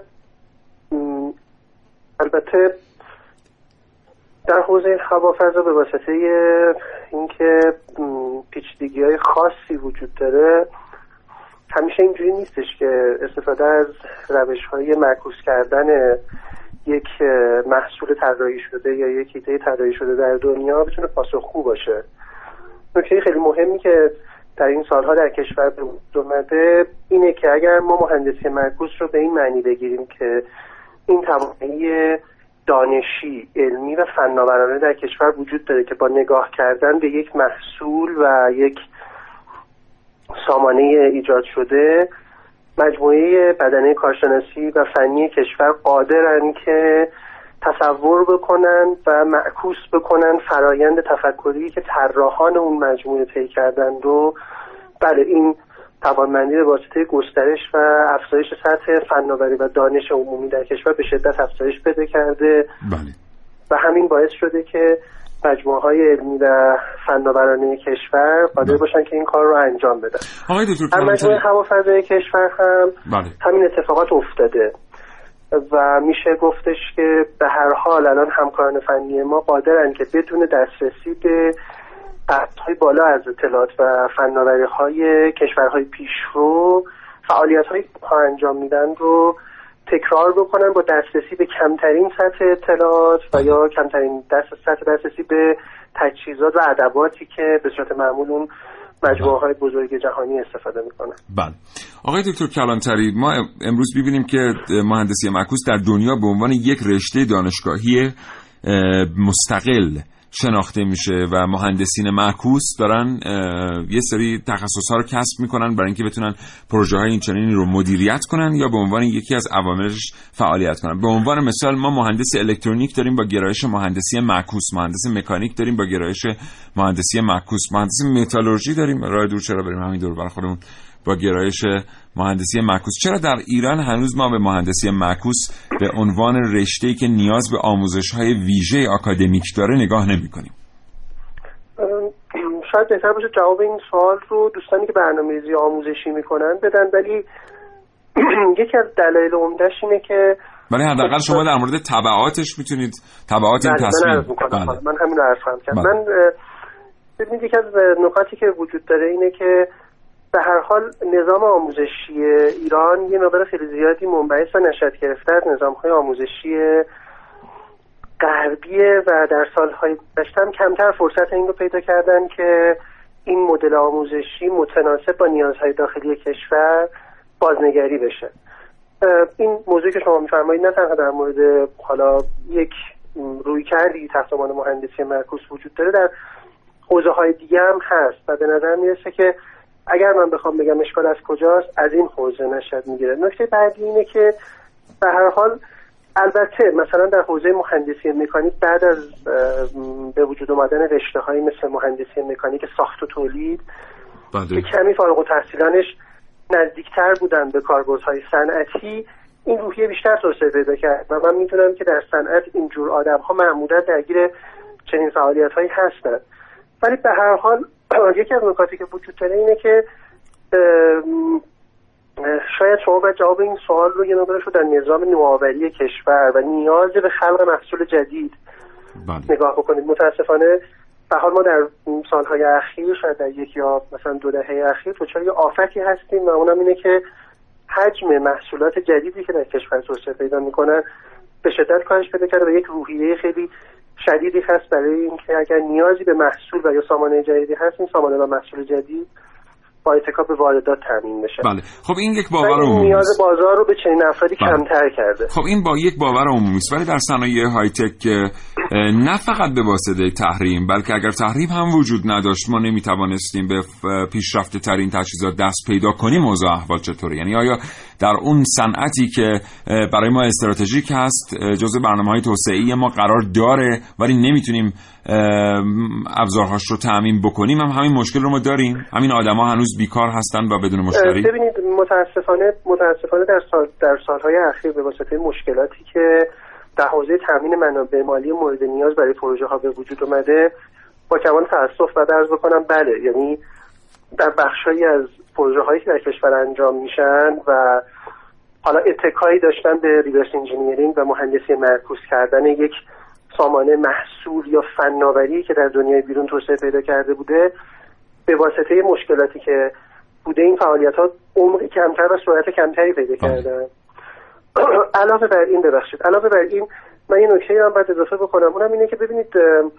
البته در حوزه هوافضا به واسطه اینکه پیچیدگی‌های خاصی وجود داره، همیشه اینجوری نیستش که استفاده از روش‌های معکوس کردن یک محصول طراحی شده یا یک ایده طراحی شده در دنیا بتونه پاسخگو باشه. نکته خیلی مهمی که در این سالها در کشور به وجود اومده اینه که اگر ما مهندسی معکوس رو به این معنی بگیریم که این توانایی دانشی، علمی و فناورانه در کشور وجود داره که با نگاه کردن به یک محصول و یک سامانه ایجاد شده، مجموعه بدنه کارشناسی و فنی کشور قادرن که تصور بکنن و معکوس بکنن فرایند تفکری که طراحان اون مجموعه طی کردن رو. بله، این توانمندی به واسطه گسترش و افزایش سطح فناوری و دانش عمومی در کشور به شدت افزایش پیدا کرده. بله. و همین باعث شده که مجموعه‌های علمی و فناورانه کشور قادر باشن که این کار رو انجام بدن. آقای دکتر در مجموعه هوافضای کشور هم بله. همین اتفاقات افتاده. و میشه گفتش که به هر حال الان همکاران فنی ما قادرن که بدون دسترسی به سطح‌های بالا از اطلاعات و فناوری‌های کشورهای پیشرو فعالیت‌هایی که انجام میدن رو تکرار بکنن با دسترسی به کمترین سطح اطلاعات و یا کمترین دست سطح دسترسی به تجهیزات و ادواتی که به صورت معمول اون مجموعه‌های بزرگ جهانی استفاده میکنن. بله. آقای دکتر کلانتری، ما امروز ببینیم که مهندسی معکوس در دنیا به عنوان یک رشته دانشگاهی مستقل شناخته میشه و مهندسین معکوس دارن یه سری تخصص‌ها رو کسب میکنن برای اینکه بتونن پروژه‌های این چنینی رو مدیریت کنن یا به عنوان یکی از عواملش فعالیت کنن. به عنوان مثال ما مهندس الکترونیک داریم با گرایش مهندسی معکوس، مهندس مکانیک داریم با گرایش مهندسی معکوس، مهندس متالورژی داریم، راه دور چرا بریم همین دور برای خودمون با گرایش مهندسی معکوس. چرا در ایران هنوز ما به مهندسی معکوس به عنوان رشته‌ای که نیاز به آموزش‌های ویژه آکادمیک داره نگاه نمی‌کنیم؟ شاید بهتر باشه جواب این سوال رو دوستانی که برنامه‌ریزی آموزشی می‌کنن بدن، ولی یکی از دلایل عمده‌اش اینه که ولی حداقل شما در مورد تبعاتش میتونید تبعات این تصمیم من, من همین رو عرض کردم. من ببینید یکی از نکاتی که وجود داره اینه که به هر حال نظام آموزشی ایران یه مقدار خیلی زیادی منبعث و نشأت گرفته از نظام‌های آموزشی غربیه و در سال‌های گذشته هم کمتر فرصت این رو پیدا کردن که این مدل آموزشی متناسب با نیازهای داخلی کشور بازنگری بشه. این موضوعی که شما می‌فرمایید نه تنها در مورد حالا یک رویکردی تحت عنوان مهندسی معکوس وجود داره، در حوزه‌های دیگه هم هست و به نظر میرسه که اگر من بخوام بگم اشکال از کجاست، از این حوزه نشأت میگیره. نکته بعدی اینه که به هر حال البته مثلا در حوزه مهندسی مکانیک بعد از به وجود آمدن رشته‌هایی مثل مهندسی مکانیک ساخت و تولید که کمی فارغ التحصیلانش نزدیکتر بودن به کاربردهای صنعتی، این روحیه بیشتر توسعه پیدا کرد و من میدونم که در صنعت اینجور آدم‌ها معمولا درگیر چنین فعالیت‌هایی هستند. ولی به هر حال یکی از نکاتی که وجود داره اینه که شاید شما باید جواب این سوال رو یه مقدارش رو در نظام نوآوری کشور و نیاز به خلق محصول جدید بله. نگاه بکنید. متاسفانه به حال ما در سالهای اخیر شاید در یک یا مثلا دو دهه اخیر دچار یه آفتی هستیم و اونم اینه که حجم محصولات جدیدی که در کشور توسعه پیدا میکنن به شدت کاهش پیدا کرده و یک روحیه خیلی شدیدی هست برای اینکه اگر نیازی به محصول و یا سامانه جدیدی هست، این سامانه و محصول جدید با اتکا به واردات تامین بشه. بله. خب این یک باور عمومی نیاز بازار رو به چنین افرادی بله. کمتر کرده. خب این با یک باور عمومی است، ولی در صنایع های تک نه فقط به واسطه تحریم بلکه اگر تحریم هم وجود نداشت ما نمیتوانستیم به پیشرفته ترین تجهیزات دست پیدا کنیم. موضوع احوال چطوره؟ یعنی آیا در اون صنعتی که برای ما استراتژیک هست جزء برنامه‌های توسعه‌ای ما قرار داره ولی نمیتونیم ابزارهاش رو تامین بکنیم، هم همین مشکل رو ما داریم؟ همین آدما هنوز بیکار هستن و بدون مشتری؟ ببینید متاسفانه متاسفانه در سال در سالهای اخیر به واسطه مشکلاتی که در حوزه تامین منابع مالی مورد نیاز برای پروژه ها به وجود اومده، با کمال تأسف باید عرض بکنم بله، یعنی در بخشایی از پروژه هایی که در کشور انجام میشن و حالا اتکایی داشتن به ریورس انجینیرینگ و مهندسی معکوس کردن یک سامانه محصول یا فناوری که در دنیای بیرون توسعه پیدا کرده بوده، به واسطه مشکلاتی که بوده این فعالیت ها عمقی کمتر و سرعت کمتری پیدا کردن. علاوه بر این ببخشید علاوه بر این من یه نکته هم باید اضافه بکنم، اونم اینه که ببینید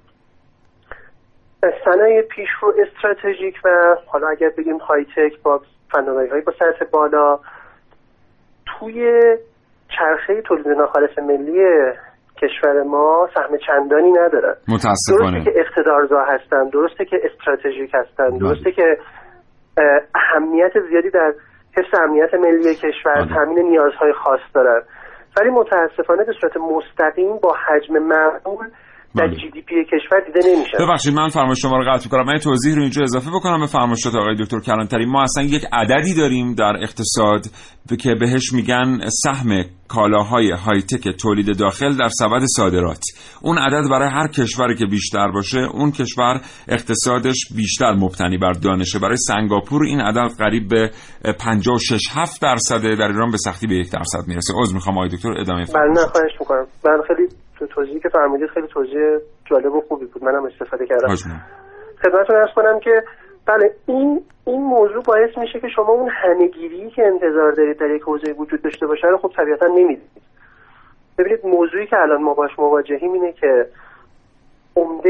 صنایع پیشرو استراتژیک و حالا اگر بگیم های تک با فناوری‌های با سطح بالا توی چرخه تولید ناخالص ملی کشور ما سهم چندانی ندارن. متاسفانه. درسته که اقتدارزا هستن، درسته که استراتژیک هستن، بله. درسته که اهمیت زیادی در حفظ امنیت ملی کشور، بله. تامین نیازهای خاص دارن، ولی متاسفانه به صورت مستقیم با حجم معقول در جی دی پی کشور دیده نمیشه. ببخشید من فرمایش شما رو قطع می‌کنم. من توضیح رو اینجا اضافه بکنم به فرمایشات آقای دکتر کلانتری. ما اصلا یک عددی داریم در اقتصاد که بهش میگن سهم کالاهای های تک تولید داخل در سبد صادرات. اون عدد برای هر کشوری که بیشتر باشه اون کشور اقتصادش بیشتر مبتنی بر دانشه. برای سنگاپور این عدد قریب به پنجاه و شش هفت درصد، در ایران به سختی به یک درصد میرسه. عذر میخوام آقای دکتر ادامه بله نه خواهش میکنم. من خیلی توضیحی که فرمودید خیلی توضیح جالب و خوبی بود، منم استفاده کردم. خدمتتون عرض کنم که بله این این موضوع باعث میشه که شما اون همه‌گیری که انتظار دارید در یک حوزه وجود داشته باشه رو خب طبیعتا نمیدید. ببینید موضوعی که الان ما باش مواجهیم اینه که عمده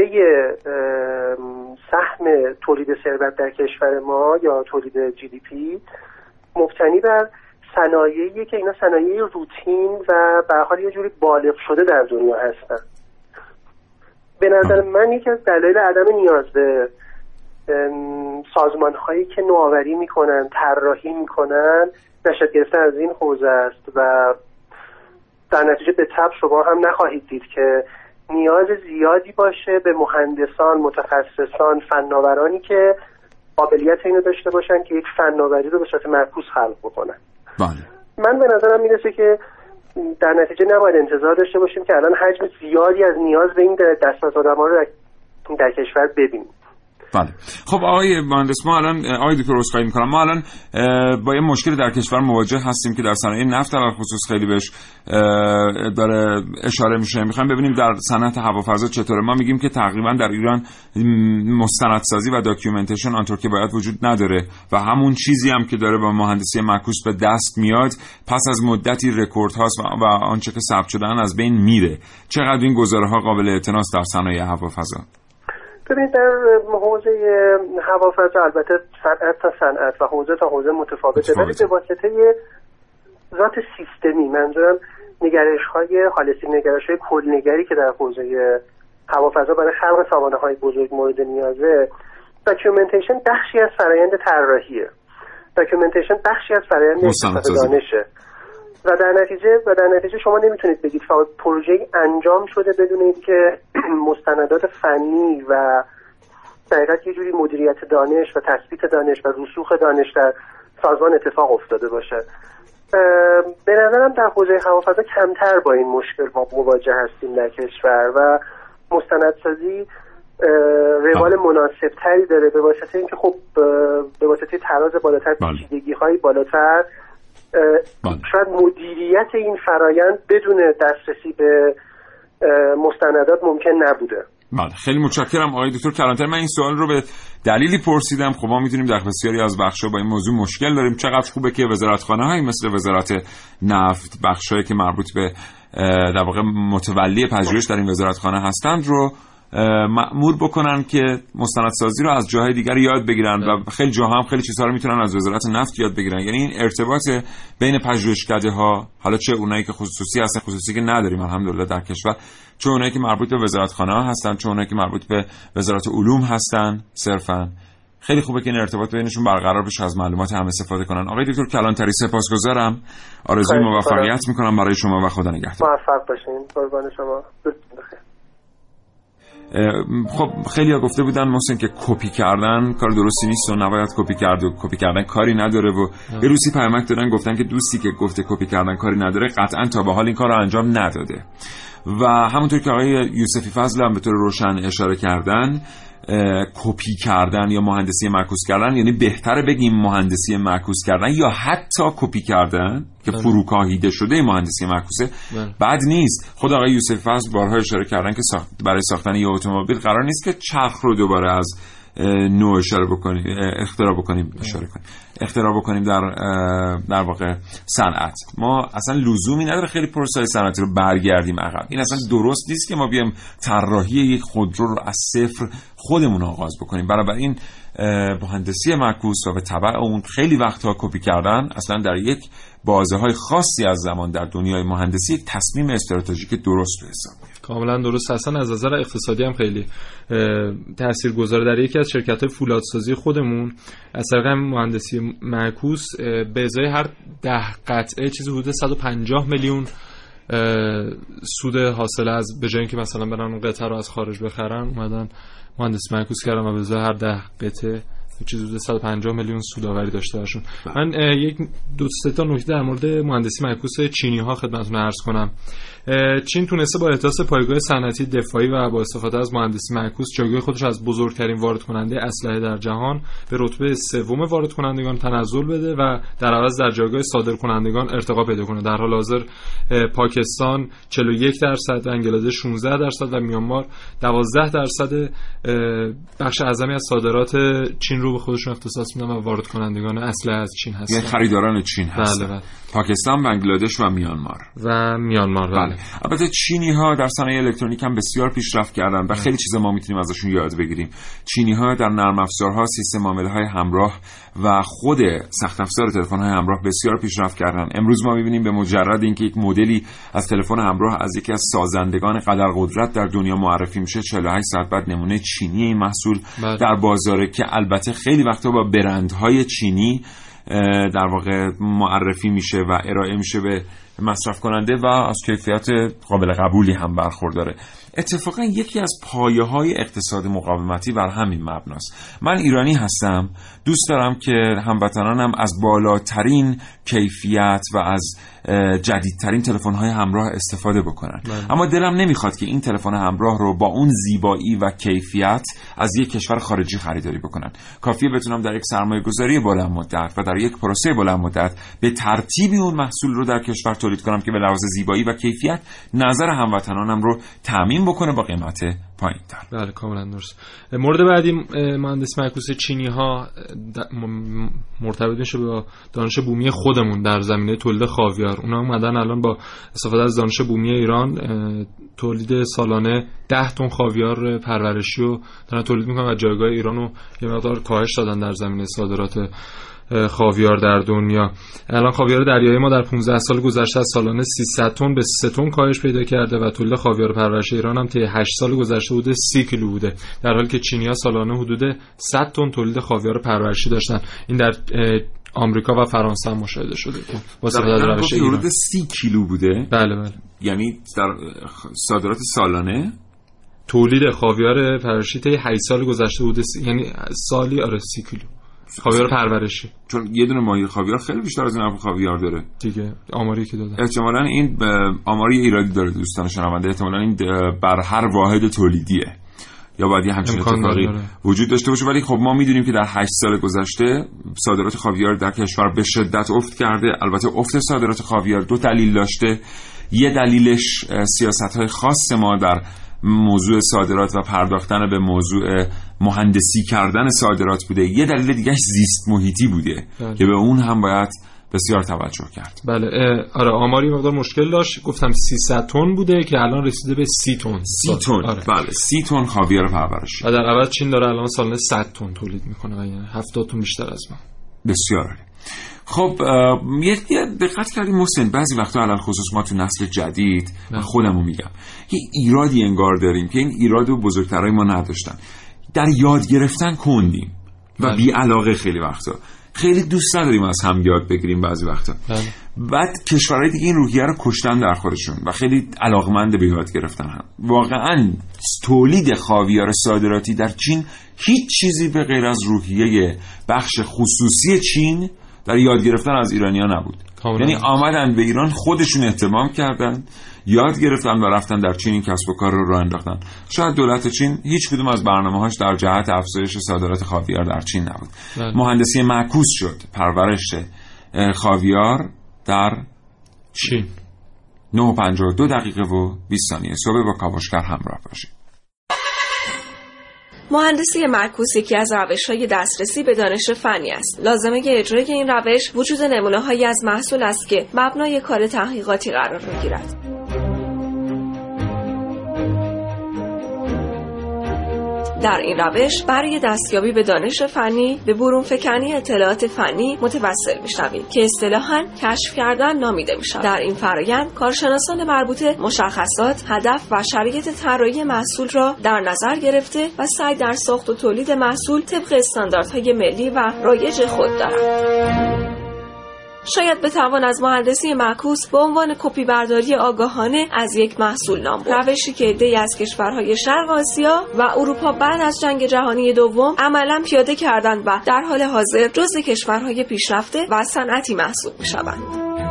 سهم تولید ثروت در کشور ما یا تولید جی دی پی مبتنی بر صنایعی که اینا صنایع روتین و به هر حال یه جوری بالغ شده در دنیا هستن. به نظر من یکی از دلایل عدم نیاز به سازمان هایی که نوآوری میکنن، طراحی میکنن، نشأت گرفتن از این حوزه است و در نتیجه به طبع شما هم نخواهید دید که نیاز زیادی باشه به مهندسان، متخصصان، فناورانی که قابلیت اینو داشته باشن که یک فناوری رو به صورت معکوس خلق بکنن. بله. من به نظرم میرسه که در نتیجه نباید انتظار داشته باشیم که الان حجم زیادی از نیاز به این دستمزد آدم‌ها رو در, در کشور ببینیم. بله. خب آقای مهندس، ما الان آقای دکتر عذرخواهی می‌کنم، ما الان با یه مشکل در کشور مواجه هستیم که در صنایع نفت در خصوص خیلی بهش داره اشاره میشه. می‌خوایم ببینیم در صنعت هوافضا چطوره. ما میگیم که تقریبا در ایران مستندسازی و داکیومنتیشن آنطور که باید وجود نداره و همون چیزی هم که داره با مهندسی معکوس به دست میاد پس از مدتی رکوردهاست و آنچه که ثبت شده از بین میره. چقدر این گزاره‌ها قابل اعتناست در صنایع هوافضا؟ ببینید در حوزه هوافضا البته صنعت تا صنعت و حوزه تا حوزه متفاوته، ولی به واسطه ذات سیستمی، منظورم نگرش‌های هالستی، نگرش‌های کل‌نگری که در حوزه هوافضا برای خلق سامانه‌های بزرگ مورد نیازه، داکیومنتیشن بخشی از فرآیند طراحیه، داکیومنتیشن بخشی از فرآیند اقتصاد دانشه و در نتیجه و در نتیجه شما نمیتونید بگید فقط پروژه‌ای انجام شده بدون اینکه مستندات فنی و در حقیقت یه جوری مدیریت دانش و تثبیت دانش و رسوخ دانش در سازمان اتفاق افتاده باشه. به نظرم در حوزه هوافضا کمتر با این مشکل مواجه هستیم در کشور و مستندسازی روال مناسب تری داره به واسطه اینکه خب به واسطه تراز بالاتر، پیچیدگی‌های بالاتر، شاید مدیریت این فرایند بدون دسترسی به مستندات ممکن نبوده. بله، خیلی متشکرم آقای دکتر کلانتری. من این سوال رو به دلیلی پرسیدم. خب ما می‌دونیم در بسیاری از بخش‌ها با این موضوع مشکل داریم. چقدر خوبه که وزارتخانه‌هایی مثل وزارت نفت، بخش‌هایی که مربوط به در واقع متولی پژوهش در این وزارتخانه هستند رو مأمور بکنن که مستندسازی رو از جاهای دیگر یاد بگیرن و خیلی جاها هم خیلی چیزها رو میتونن از وزارت نفت یاد بگیرن. یعنی این ارتباط بین پژوهشکده‌ها، حالا چه اونایی که خصوصی هستن، خصوصی که نداریم الحمدلله در کشور، چه اونایی که مربوط به وزارتخانه‌ها هستن، چه اونایی که مربوط به وزارت علوم هستن صرفاً، خیلی خوبه که این ارتباط بینشون برقرار بشه، از معلومات هم استفاده کنن. آقای دکتر کلانتری سپاسگزارم. آرزوی موفقیت میکنم برای شما و خدا نگهدار. موفق باشین. قربان شما. بخیر. خب خیلی ها گفته بودن محسن که کپی کردن کار درستی نیست و نباید کپی کرد و کپی کردن کاری نداره و یه روزی پیامک دادن گفتن که دوستی که گفته کپی کردن کاری نداره قطعا تا به حال این کار رو انجام نداده. و همونطور که آقای یوسفی فضل هم به طور روشن اشاره کردن، کپی کردن یا مهندسی معکوس کردن، یعنی بهتره بگیم مهندسی معکوس کردن یا حتی کپی کردن که فروکاهیده شده مهندسی معکوسه بد نیست. خود آقای یوسفی فضل بارها اشاره کردن که ساخت برای ساختن یه اتومبیل قرار نیست که چرخ رو دوباره از نو اشاره بکنیم اختراع بکنیم اشاره کنیم اختراع بکنیم در در واقع صنعت. ما اصلا لزومی نداره خیلی پروسه صنعتی رو برگردیم عقب. این اصلا درست نیست که ما بیایم طراحی یک خودرو رو از صفر خودمون آغاز بکنیم. بنابراین مهندسی معکوس و به تبع اون خیلی وقتها کپی کردن اصلا در یک بازه‌های خاصی از زمان در دنیای مهندسی یک تصمیم استراتژیک درست به حساب میاد. کاملا درست. اصلا از نظر اقتصادی هم خیلی تاثیرگذاره. در یکی از شرکت‌های فولادسازی خودمون از طریق مهندسی معکوس به ازای هر ده قطعه چیزی حدود صد و پنجاه میلیون سود حاصل از به جای اینکه مثلا برن اون قطعه رو از خارج بخرن اومدن مهندسی معکوس کردن و به ازای هر ده قطعه چیزی حدود صد و پنجاه میلیون سودآوری داشته باشون. من یک دو سه تا نکته در مورد مهندسی معکوس چینی ها خدمتتون عرض کنم. چین تونسته با احداث پایگاه صنعتی دفاعی و با استفاده از مهندسی معکوس جایگاه خودش از بزرگترین وارد کننده اسلحه در جهان به رتبه سوم وارد کنندگان تنزل بده و در عوض در جایگاه صادر کنندگان ارتقا پیدا کنه. در حال حاضر پاکستان چهل و یک درصد، بنگلادش شانزده درصد و میانمار دوازده درصد بخش اعظمی از صادرات چین رو به خودشون اختصاص میدن و وارد کنندگان اسلحه از چین هستن. یعنی خریداران چین هستن. بله بله. پاکستان، بنگلادش و میانمار. و میانمار بله. بله. البته چینی ها در صنایع الکترونیک هم بسیار پیشرفت کردن و خیلی چیزا ما میتونیم ازشون یاد بگیریم. چینی ها در نرم افزارها، سیستم عاملهای همراه و خود سخت افزار تلفن های همراه بسیار پیشرفت کردن. امروز ما میبینیم به مجرد اینکه یک مدلی از تلفن همراه از یکی از سازندگان قدر قدرت در دنیا معرفی میشه، چهل و هشت ساعت بعد نمونه چینی این محصول بله. در بازاره که البته خیلی وقتا با برندهای چینی در واقع معرفی میشه و ارائه میشه به مصرف کننده و از کیفیت قابل قبولی هم برخورداره. اتفاقا یکی از پایه‌های اقتصاد مقاومتی بر همین مبناست. من ایرانی هستم، دوست دارم که هموطنانم از بالاترین کیفیت و از جدیدترین تلفن‌های همراه استفاده بکنن. بله. اما دلم نمیخواد که این تلفن همراه رو با اون زیبایی و کیفیت از یک کشور خارجی خریداری بکنن. کافیه بتونم در یک سرمایه‌گذاری بلند مدت و در یک پروسه بلند مدت به ترتیبی اون محصول رو در کشور تولید کنم که به لحاظ زیبایی و کیفیت نظر هموطنانم رو تامین بکنه با قیمت پایین‌تر. بله کاملا درست. مورد بعدی مهندسی معکوس چینی ها مرتبط میشه با دانش بومی خودمون در زمینه تولید خاویار. اونا اومدن الان با استفاده از دانش بومی ایران تولید سالانه ده تن خاویار پرورشی رو دارن تولید میکنن و جایگاه ایران رو یه مقدار کاهش دادن در زمینه صادرات خاویار در دنیا. الان خاویار دریایی ما در پانزده سال گذشته از سالانه سیصد تن به سه تن کاهش پیدا کرده و تولید خاویار پرورش ایران هم طی هشت سال گذشته بوده سی کیلو بوده، در حالی که چینی‌ها سالانه حدود صد تن تولید خاویار پرورشی داشتن. این در آمریکا و فرانسه هم مشاهده شده با استفاده از روش ایران. حدود سی کیلو بوده. بله بله. یعنی در صادرات سالانه تولید خاویار پرورشی طی هشت سال گذشته بوده سی... یعنی سالی آره سی کیلو خاویار پرورشی، چون یه دونه ماهی خاویار خیلی بیشتر از این خاویار داره دیگه. آماری که دادن احتمالاً این آماری ایرادی داره دوستان شنونده، احتمالاً این بر هر واحد تولیدیه یا باید یه همچین اتفاقی وجود داشته باشه. ولی خب ما میدونیم که در هشت سال گذشته صادرات خاویار در کشور به شدت افت کرده. البته افت صادرات خاویار دو دلیل داشته. یه دلیلش سیاست‌های خاص ما در موضوع صادرات و پرداختن به موضوع مهندسی کردن صادرات بوده. یه دلیل دیگه زیست محیطی بوده بله. که به اون هم باید بسیار توجه کرد. بله آره آماری مقدار مشکل داشت، گفتم سیصد تن بوده که الان رسیده به سی تن. سی تن آره. بله سی تن خاویار پرورشی و در عوض چین داره الان سالانه صد تن تولید میکنه و یعنی هفتاد تن بیشتر از ما. بسیار عالی. خب یه دقت کردیم محسن، بعضی وقتا علل خصوص ما تو نسل جدید من خودمو میگم یه ایرادی انگار داریم که این ایرادو بزرگترای ما نداشتن. در یاد گرفتن کندیم و بی علاقه خیلی وقتا. خیلی دوست نداریم از هم یاد بگیریم بعضی وقتا. بله. بعد کشورهای دیگه این روحیه رو کشتن در خودشون و خیلی علاقمند به یاد گرفتن هم. واقعا تولید خاویار صادراتی در چین هیچ چیزی به غیر از روحیه بخش خصوصی چین در یاد گرفتن از ایرانی‌ها نبود. یعنی آمدن به ایران، خودشون اهتمام کردن، یاد گرفتن و رفتن در چین این کسب و کار رو راه انداختن. شاید دولت چین هیچ کدوم از برنامه‌هاش در جهت افزایش صادرات خاویار در چین نبود. بله. مهندسی معکوس شد پرورش خاویار در چین. نه و پنجاه و دو دقیقه و بیست ثانیه صبح با کاوشگر همراه باشید. مهندسی معکوس یکی از روش‌های دسترسی به دانش فنی است. لازمه اجرای این روش وجود نمونه‌هایی از محصول است که مبنای کار تحقیقاتی قرار می‌گیرد. در این روش برای دستیابی به دانش فنی به برون فکنی اطلاعات فنی متوسل می‌شویم که اصطلاحاً کشف کردن نامیده می‌شود. در این فرآیند کارشناسان مربوطه مشخصات، هدف و شرایط طراحی محصول را در نظر گرفته و سعی در ساخت و تولید محصول طبق استانداردهای ملی و رایج خود دارند. شاید بتوان از مهندسی معکوس به عنوان کپی برداری آگاهانه از یک محصول نام برد. روشی که عده‌ای از کشورهای شرق آسیا و اروپا بعد از جنگ جهانی دوم عملاً پیاده کردند و در حال حاضر جزو کشورهای پیشرفته و صنعتی محسوب می‌شوند.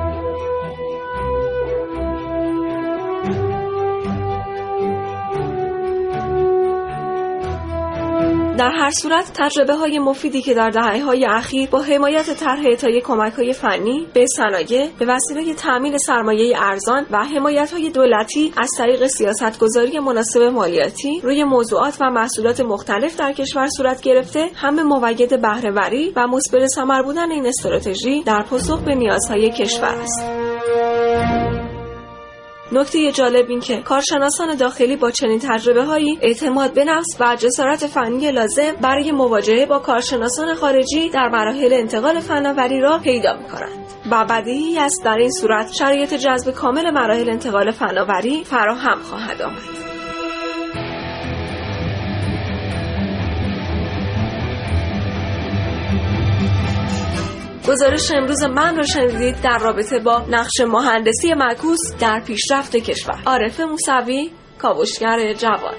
در هر صورت تجربه‌های مفیدی که در دهه‌های اخیر با حمایت طرح اعطای کمک‌های فنی به صنایع به وسیله تأمین سرمایه ارزان و حمایت‌های دولتی از طریق سیاست‌گذاری مناسب مالیاتی روی موضوعات و محصولات مختلف در کشور صورت گرفته، همه موید بهره‌وری و مثمر ثمر بودن این استراتژی در پاسخ به نیازهای کشور است. نکته جالب این که کارشناسان داخلی با چنین تجربه‌هایی اعتماد به نفس و جسارت فنی لازم برای مواجهه با کارشناسان خارجی در مراحل انتقال فناوری را پیدا می‌کنند و بدیهی است در این صورت شرایط جذب کامل مراحل انتقال فناوری فراهم خواهد آمد. گزارش امروز من رو شنیدید در رابطه با نقش مهندسی معکوس در پیشرفت کشور. عارف موسوی، کاوشگر جوان.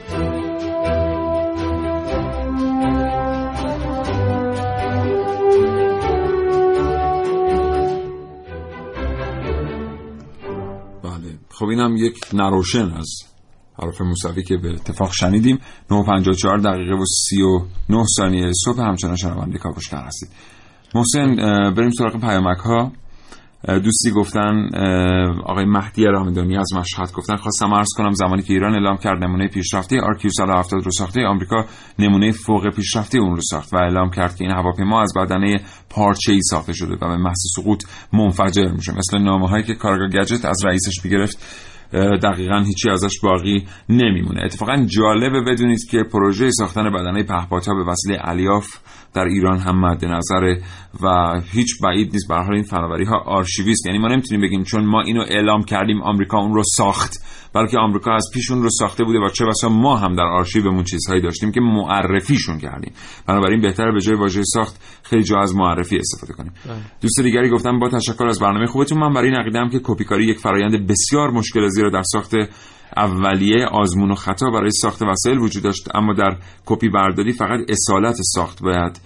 بله، خب اینم یک نروشن از عارف موسوی که به اتفاق شنیدیم. نه و پنجاه و چهار دقیقه و سی و نه ثانیه صبح همچنان شنونده کاوشگر هستید. محسن، بریم سراغ پیامک ها. دوستی گفتن، آقای مهدی رامدانی از مشهد گفتن خواستم عرض کنم زمانی که ایران اعلام کرد نمونه پیشرفته آر کیو صد و هفتاد رو ساخته، آمریکا نمونه فوق پیشرفته اون رو ساخت و اعلام کرد که این هواپیما از بدنه پارچه‌ای ساخته شده و به محض سقوط منفجر میشه. مثل نامه‌هایی که کارگاه گجت از رئیسش میگرفت دقیقاً هیچی ازش باقی نمیمونه. اتفاقاً جالبه بدونید که پروژه ساختن بدنه پهپادها به وسیله الیاف در ایران هم مد نظره و هیچ بعید نیست. به هر حال این فناوری‌ها آرشیویست، یعنی ما نمیتونیم بگیم چون ما اینو اعلام کردیم آمریکا اون رو ساخت، بلکه آمریکا از پیش اون رو ساخته بوده و چه بسا ما هم در آرشیومون چیزهایی داشتیم که معرفیشون کردیم. بنابراین بهتره به جای واژه ساخت خیلی جا از معرفی استفاده کنیم. دوست دیگری گفتم با تشکر از برنامه خوبتون، من برای این عقیده‌ام که کپیکاری یک فرآیند بسیار مشکل زیرا در ساخت اولیه آزمون و خطا برای ساخت وسایل وجود داشت، اما در کپی برداری فقط اصالت ساخت باید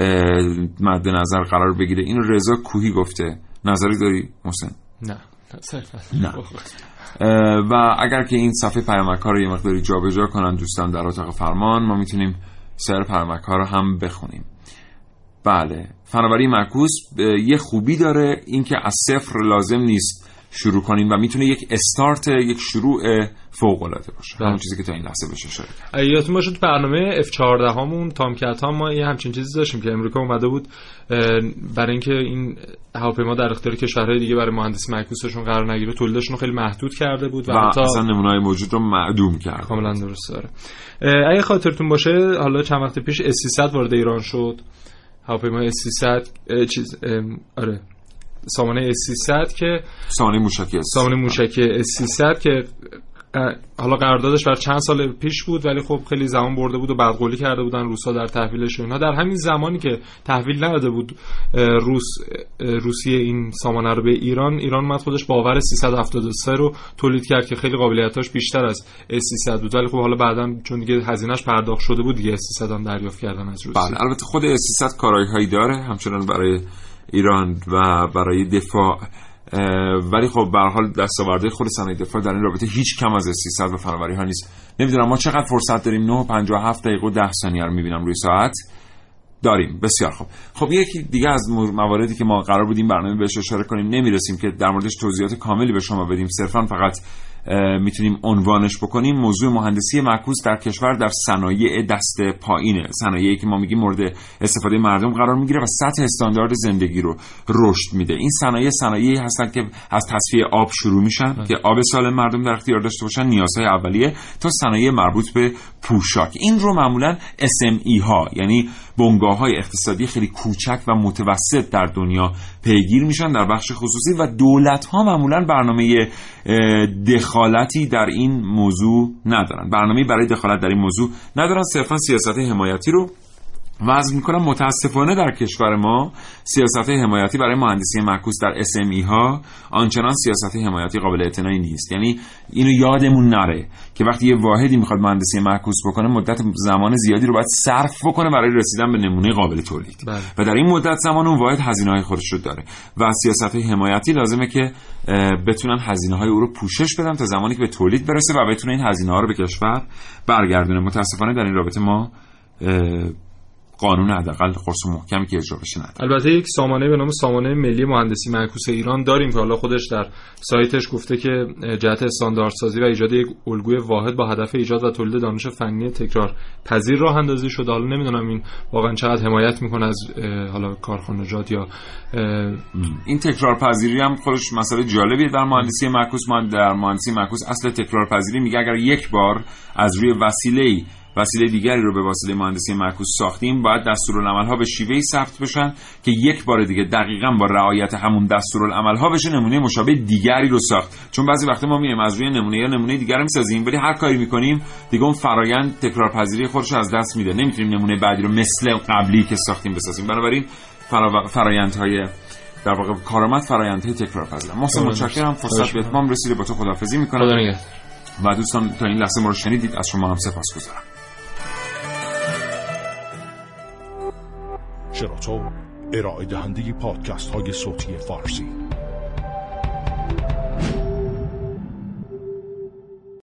مد نظر قرار بگیره. اینو رضا کوهی گفته. نظری داری محسن؟ نه نه. و اگر که این صفحه پیامک ها رو یه مقداری جابجا کنن دوستان در اتاق فرمان، ما میتونیم سر پیامک ها رو هم بخونیم. بله، فناوری معکوس یه خوبی داره، این که از صفر لازم نیست شروع کنیم و میتونه یک استارت، یک شروع فوق العاده باشه. همون چیزی که تا این لحظه بشه اشاره کردم. یادتون باشه تو برنامه اف چهارده هامون تامکت ها ما یه همچین چیزی داشتیم که امریکا اومده بود برای اینکه این هواپیما در اختیار کشورهای دیگه برای مهندسی معکوسشون قرار نگیره تولیدشون رو خیلی محدود کرده بود و, و حتی اصلا نمونه‌های موجود رو معدوم کرد. کاملا درست داره. اگه خاطرتون باشه حالا چند وقت پیش اس سیصد وارد ایران شد. هواپیما اس سیصد چیز آره سامانه اس سیصد که سامانه موشکی سامانه موشکی اس سیصد که حالا قراردادش بر چند سال پیش بود ولی خب خیلی زمان برده بود و بدقولی کرده بودن روسا در تحویلش و اینا. در همین زمانی که تحویل نداده بود روس روسیه این سامانه رو به ایران، ایران اومد خودش باور سیصد و هفتاد و سه رو تولید کرد که خیلی قابلیتاش بیشتر از اس سیصد بود، ولی خب حالا بعداً چون دیگه هزینه‌اش پرداخت شده بود دیگه اس سیصد هم دریافت کردن از روسیه. بله، البته خود اس سیصد کارایی‌هایی داره همچنان برای ایران و برای دفاع، ولی خب به هر حال دستاورده خود صنایع دفاع در این رابطه هیچ کم از اس سیصد و فناوری ها نیست. نمیدونم ما چقدر فرصت داریم. نه و پنجاه و هفت دقیقه و ده ثانیه رو میبینم روی ساعت داریم. بسیار خوب. خب یکی دیگه از مواردی که ما قرار بودیم برنامه بهش اشاره کنیم نمیرسیم که در موردش توضیحات کاملی به شما بدیم، صرفا فقط میتونیم عنوانش بکنیم. موضوع مهندسی معکوس در کشور در صنایع دست پایینه، صنایعی که ما میگیم مورد استفاده مردم قرار میگیره و سطح استاندارد زندگی رو رشد میده. این صنایع صنایعی هستن که از تصفیه آب شروع میشن اه. که آب سالم مردم در اختیار داشته باشن، نیازهای اولیه، تا صنایع مربوط به پوشاک. این رو معمولا اس ام ای ها یعنی بنگاه‌های اقتصادی خیلی کوچک و متوسط در دنیا پیگیر میشن در بخش خصوصی و دولت‌ها معمولا برنامه دخالتی در این موضوع ندارن. برنامه‌ای برای دخالت در این موضوع ندارن، صرفا سیاست حمایتی رو وضع میکنم متاسفانه در کشور ما سیاست حمایتی برای مهندسی معکوس در اس ام ای ها آنچنان سیاست حمایتی قابل اعتنایی نیست. یعنی اینو یادمون نره که وقتی یه واحدی میخواد مهندسی معکوس بکنه مدت زمان زیادی رو باید صرف بکنه برای رسیدن به نمونه قابل تولید بله. و در این مدت زمان اون واحد هزینه‌های خودش رو داره و سیاست حمایتی لازمه که بتونن هزینه‌های او رو پوشش بدن تا زمانی که به تولید برسه و بتونه این هزینه‌ها رو به کشور برگردونه. متاسفانه در این رابطه ما قانون حداقل قرص محکمی که اجرا بشه نداره. البته یک سامانه به نام سامانه ملی مهندسی معکوس ایران داریم که حالا خودش در سایتش گفته که جهت استانداردسازی و ایجاد یک الگوی واحد با هدف ایجاد و تولید دانش فنی تکرار پذیر راه اندازی شده. حالا نمیدونم این واقعا چقدر حمایت میکنه از حالا کارخانجات یا این تکرار پذیری هم خودش مسئله جالبیه در مهندسی معکوس. ما در مهندسی معکوس اصل تکرار پذیری میگه اگر یک بار از روی وسیله‌ای وسیله دیگری رو به واسطه مهندسی معکوس ساختیم باید دستورالعمل‌ها به شیوهی ثبت بشن که یک بار دیگه دقیقاً با رعایت همون دستورالعمل‌ها بشه نمونه مشابه دیگری رو ساخت. چون بعضی وقتا ما میایم از روی نمونه یا نمونه دیگر رو می‌سازیم ولی هر کاری می‌کنیم دیگه اون فرآیند تکرارپذیری خودش از دست میده. نمی‌تونیم نمونه بعدی رو مثل قبلی که ساختیم بسازیم. بنابراین فرا... فرآیندهای در واقع کارآمد فرآیندهای تکرارپذیرن. محسن متشکرم. فرصت به اتمام رسیده. با تو خداحافظی می‌کنم. و دوستان تا این لحظه ما رو شنیدید از شما هم سپاسگزارم. شراطو ارائه دهنده پادکست های صوتی فارسی